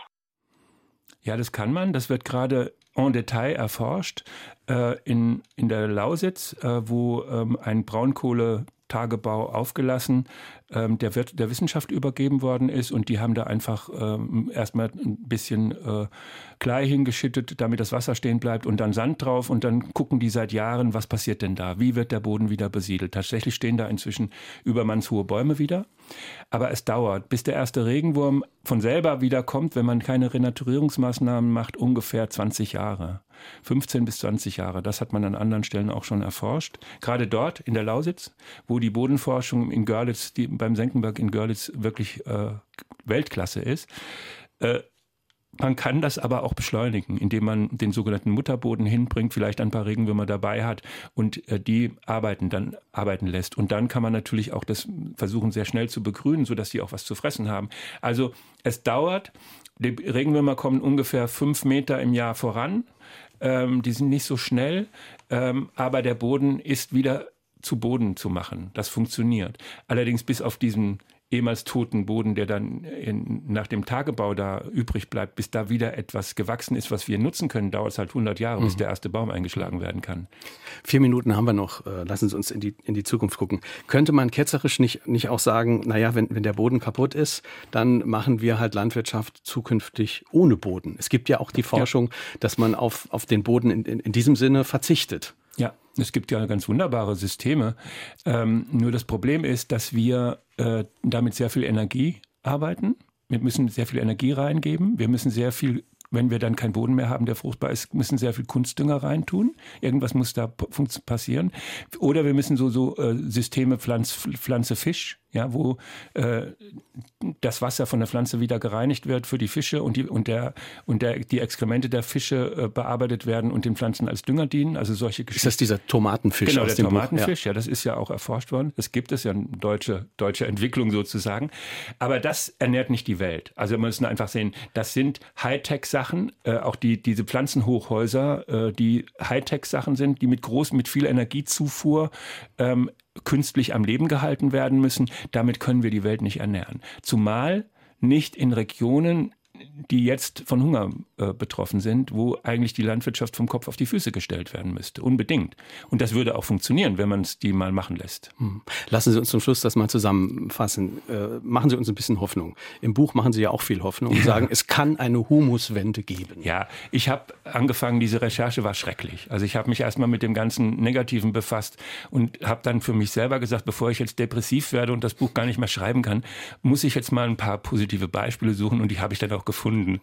Ja, das kann man. Das wird gerade en Detail erforscht äh, in, in der Lausitz, äh, wo ähm, ein Braunkohletagebau aufgelassen, ähm, der wird der Wissenschaft übergeben worden ist und die haben da einfach ähm, erstmal ein bisschen äh, Klei hingeschüttet, damit das Wasser stehen bleibt und dann Sand drauf und dann gucken die seit Jahren, was passiert denn da? Wie wird der Boden wieder besiedelt? Tatsächlich stehen da inzwischen übermannshohe Bäume wieder. Aber es dauert, bis der erste Regenwurm von selber wiederkommt, wenn man keine Renaturierungsmaßnahmen macht, ungefähr zwanzig Jahre. fünfzehn bis zwanzig Jahre. Das hat man an anderen Stellen auch schon erforscht. Gerade dort in der Lausitz, wo die Bodenforschung in Görlitz, die beim Senckenberg in Görlitz wirklich äh, Weltklasse ist. Äh, Man kann das aber auch beschleunigen, indem man den sogenannten Mutterboden hinbringt, vielleicht ein paar Regenwürmer dabei hat und äh, die arbeiten dann arbeiten lässt. Und dann kann man natürlich auch das versuchen, sehr schnell zu begrünen, sodass sie auch was zu fressen haben. Also es dauert. Die Regenwürmer kommen ungefähr fünf Meter im Jahr voran. Ähm, die sind nicht so schnell, ähm, aber der Boden ist wieder zu Boden zu machen. Das funktioniert. Allerdings bis auf diesen ehemals toten Boden, der dann in, nach dem Tagebau da übrig bleibt, bis da wieder etwas gewachsen ist, was wir nutzen können, dauert es halt hundert Jahre, mhm. bis der erste Baum eingeschlagen werden kann. Vier Minuten haben wir noch. Lassen Sie uns in die, in die Zukunft gucken. Könnte man ketzerisch nicht, nicht auch sagen, naja, wenn, wenn der Boden kaputt ist, dann machen wir halt Landwirtschaft zukünftig ohne Boden. Es gibt ja auch die Forschung, ja. dass man auf, auf den Boden in, in, in diesem Sinne verzichtet. Ja, es gibt ja ganz wunderbare Systeme. Ähm, nur das Problem ist, dass wir äh, damit sehr viel Energie arbeiten. Wir müssen sehr viel Energie reingeben. Wir müssen sehr viel, wenn wir dann keinen Boden mehr haben, der fruchtbar ist, müssen sehr viel Kunstdünger reintun. Irgendwas muss da passieren. Oder wir müssen so, so äh, Systeme Pflanz, Pflanze, Fisch, ja, wo äh, das Wasser von der Pflanze wieder gereinigt wird für die Fische und die und der und der die Exkremente der Fische äh, bearbeitet werden und den Pflanzen als Dünger dienen. Also solche Geschichten. Ist das dieser Tomatenfisch? Genau, aus der dem Tomatenfisch. Buch? Ja. ja, das ist ja auch erforscht worden. Das gibt es ja, eine deutsche deutsche Entwicklung sozusagen. Aber das ernährt nicht die Welt. Also wir müssen einfach sehen, das sind Hightech-Sachen, äh, auch die diese Pflanzenhochhäuser, äh, die Hightech-Sachen sind, die mit groß mit viel Energiezufuhr ähm, künstlich am Leben gehalten werden müssen. Damit können wir die Welt nicht ernähren. Zumal nicht in Regionen, die jetzt von Hunger äh, betroffen sind, wo eigentlich die Landwirtschaft vom Kopf auf die Füße gestellt werden müsste. Unbedingt. Und das würde auch funktionieren, wenn man es die mal machen lässt. Hm. Lassen Sie uns zum Schluss das mal zusammenfassen. Äh, machen Sie uns ein bisschen Hoffnung. Im Buch machen Sie ja auch viel Hoffnung und ja. sagen, es kann eine Humuswende geben. Ja, ich habe angefangen, diese Recherche war schrecklich. Also ich habe mich erstmal mit dem ganzen Negativen befasst und habe dann für mich selber gesagt, bevor ich jetzt depressiv werde und das Buch gar nicht mehr schreiben kann, muss ich jetzt mal ein paar positive Beispiele suchen und die habe ich dann auch gefunden.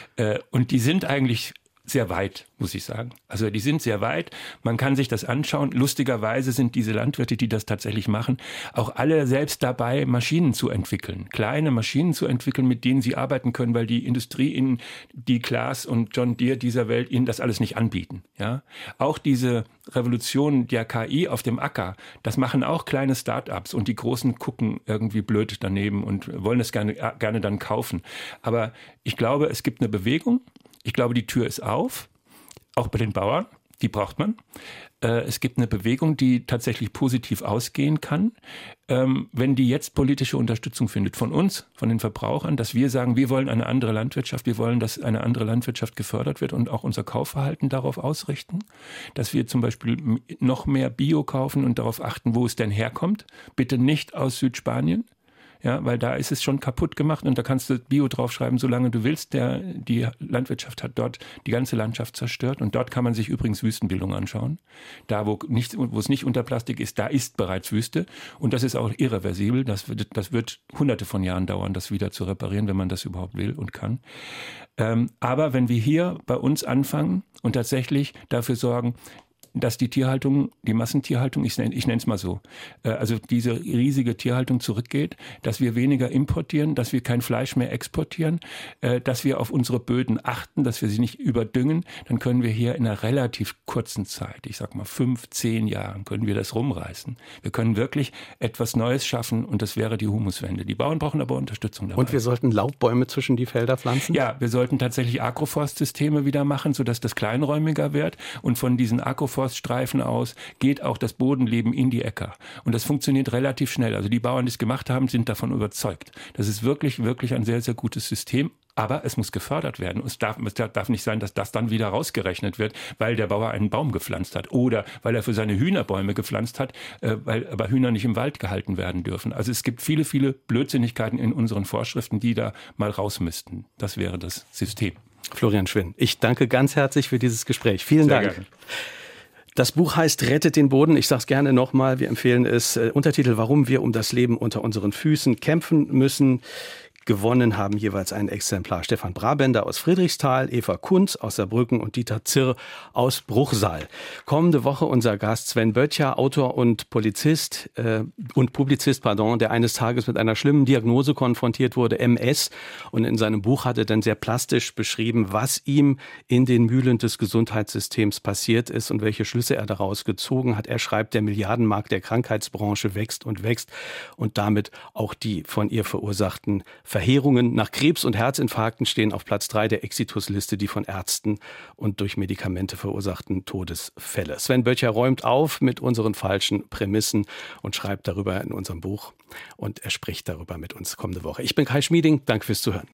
Und die sind eigentlich sehr weit, muss ich sagen. Also die sind sehr weit. Man kann sich das anschauen. Lustigerweise sind diese Landwirte, die das tatsächlich machen, auch alle selbst dabei, Maschinen zu entwickeln. Kleine Maschinen zu entwickeln, mit denen sie arbeiten können, weil die Industrie ihnen, die Claas und John Deere dieser Welt ihnen das alles nicht anbieten. Ja? Auch diese Revolution der K I auf dem Acker, das machen auch kleine Start-ups und die Großen gucken irgendwie blöd daneben und wollen es gerne, gerne dann kaufen. Aber ich glaube, es gibt eine Bewegung. Ich glaube, die Tür ist auf, auch bei den Bauern, die braucht man. Äh, es gibt eine Bewegung, die tatsächlich positiv ausgehen kann, ähm, wenn die jetzt politische Unterstützung findet von uns, von den Verbrauchern, dass wir sagen, wir wollen eine andere Landwirtschaft, wir wollen, dass eine andere Landwirtschaft gefördert wird und auch unser Kaufverhalten darauf ausrichten, dass wir zum Beispiel noch mehr Bio kaufen und darauf achten, wo es denn herkommt. Bitte nicht aus Südspanien. Ja, weil da ist es schon kaputt gemacht und da kannst du Bio draufschreiben, solange du willst. Der, die Landwirtschaft hat dort die ganze Landschaft zerstört und dort kann man sich übrigens Wüstenbildung anschauen. Da, wo, nicht, wo es nicht unter Plastik ist, da ist bereits Wüste und das ist auch irreversibel. Das wird, das wird hunderte von Jahren dauern, das wieder zu reparieren, wenn man das überhaupt will und kann. Ähm, aber wenn wir hier bei uns anfangen und tatsächlich dafür sorgen, dass die Tierhaltung, die Massentierhaltung, ich nenne ich nenne es mal so, äh, also diese riesige Tierhaltung zurückgeht, dass wir weniger importieren, dass wir kein Fleisch mehr exportieren, äh, dass wir auf unsere Böden achten, dass wir sie nicht überdüngen, dann können wir hier in einer relativ kurzen Zeit, ich sag mal fünf, zehn Jahren, können wir das rumreißen. Wir können wirklich etwas Neues schaffen und das wäre die Humuswende. Die Bauern brauchen aber Unterstützung dabei. Und wir sollten Laubbäume zwischen die Felder pflanzen? Ja, wir sollten tatsächlich Agroforstsysteme wieder machen, sodass das kleinräumiger wird und von diesen Agroforststreifen aus geht auch das Bodenleben in die Äcker. Und das funktioniert relativ schnell. Also die Bauern, die es gemacht haben, sind davon überzeugt. Das ist wirklich, wirklich ein sehr, sehr gutes System. Aber es muss gefördert werden. Es darf, es darf nicht sein, dass das dann wieder rausgerechnet wird, weil der Bauer einen Baum gepflanzt hat oder weil er für seine Hühner Bäume gepflanzt hat, äh, weil aber Hühner nicht im Wald gehalten werden dürfen. Also es gibt viele, viele Blödsinnigkeiten in unseren Vorschriften, die da mal raus müssten. Das wäre das System. Florian Schwinn, ich danke ganz herzlich für dieses Gespräch. Vielen Sehr Dank. gerne. Das Buch heißt Rettet den Boden. Ich sage es gerne nochmal. Wir empfehlen es. Äh, Untertitel: Warum wir um das Leben unter unseren Füßen kämpfen müssen. Gewonnen haben jeweils ein Exemplar Stefan Brabender aus Friedrichsthal, Eva Kunz aus Saarbrücken und Dieter Zirr aus Bruchsal. Kommende Woche unser Gast Sven Böttcher, Autor und Polizist äh, und Publizist, pardon, der eines Tages mit einer schlimmen Diagnose konfrontiert wurde, M S. Und in seinem Buch hat er dann sehr plastisch beschrieben, was ihm in den Mühlen des Gesundheitssystems passiert ist und welche Schlüsse er daraus gezogen hat. Er schreibt, der Milliardenmarkt der Krankheitsbranche wächst und wächst und damit auch die von ihr verursachten Verheerungen nach Krebs und Herzinfarkten stehen auf Platz drei der Exitus-Liste, die von Ärzten und durch Medikamente verursachten Todesfälle. Sven Böttcher räumt auf mit unseren falschen Prämissen und schreibt darüber in unserem Buch. Und er spricht darüber mit uns kommende Woche. Ich bin Kai Schmieding. Danke fürs Zuhören.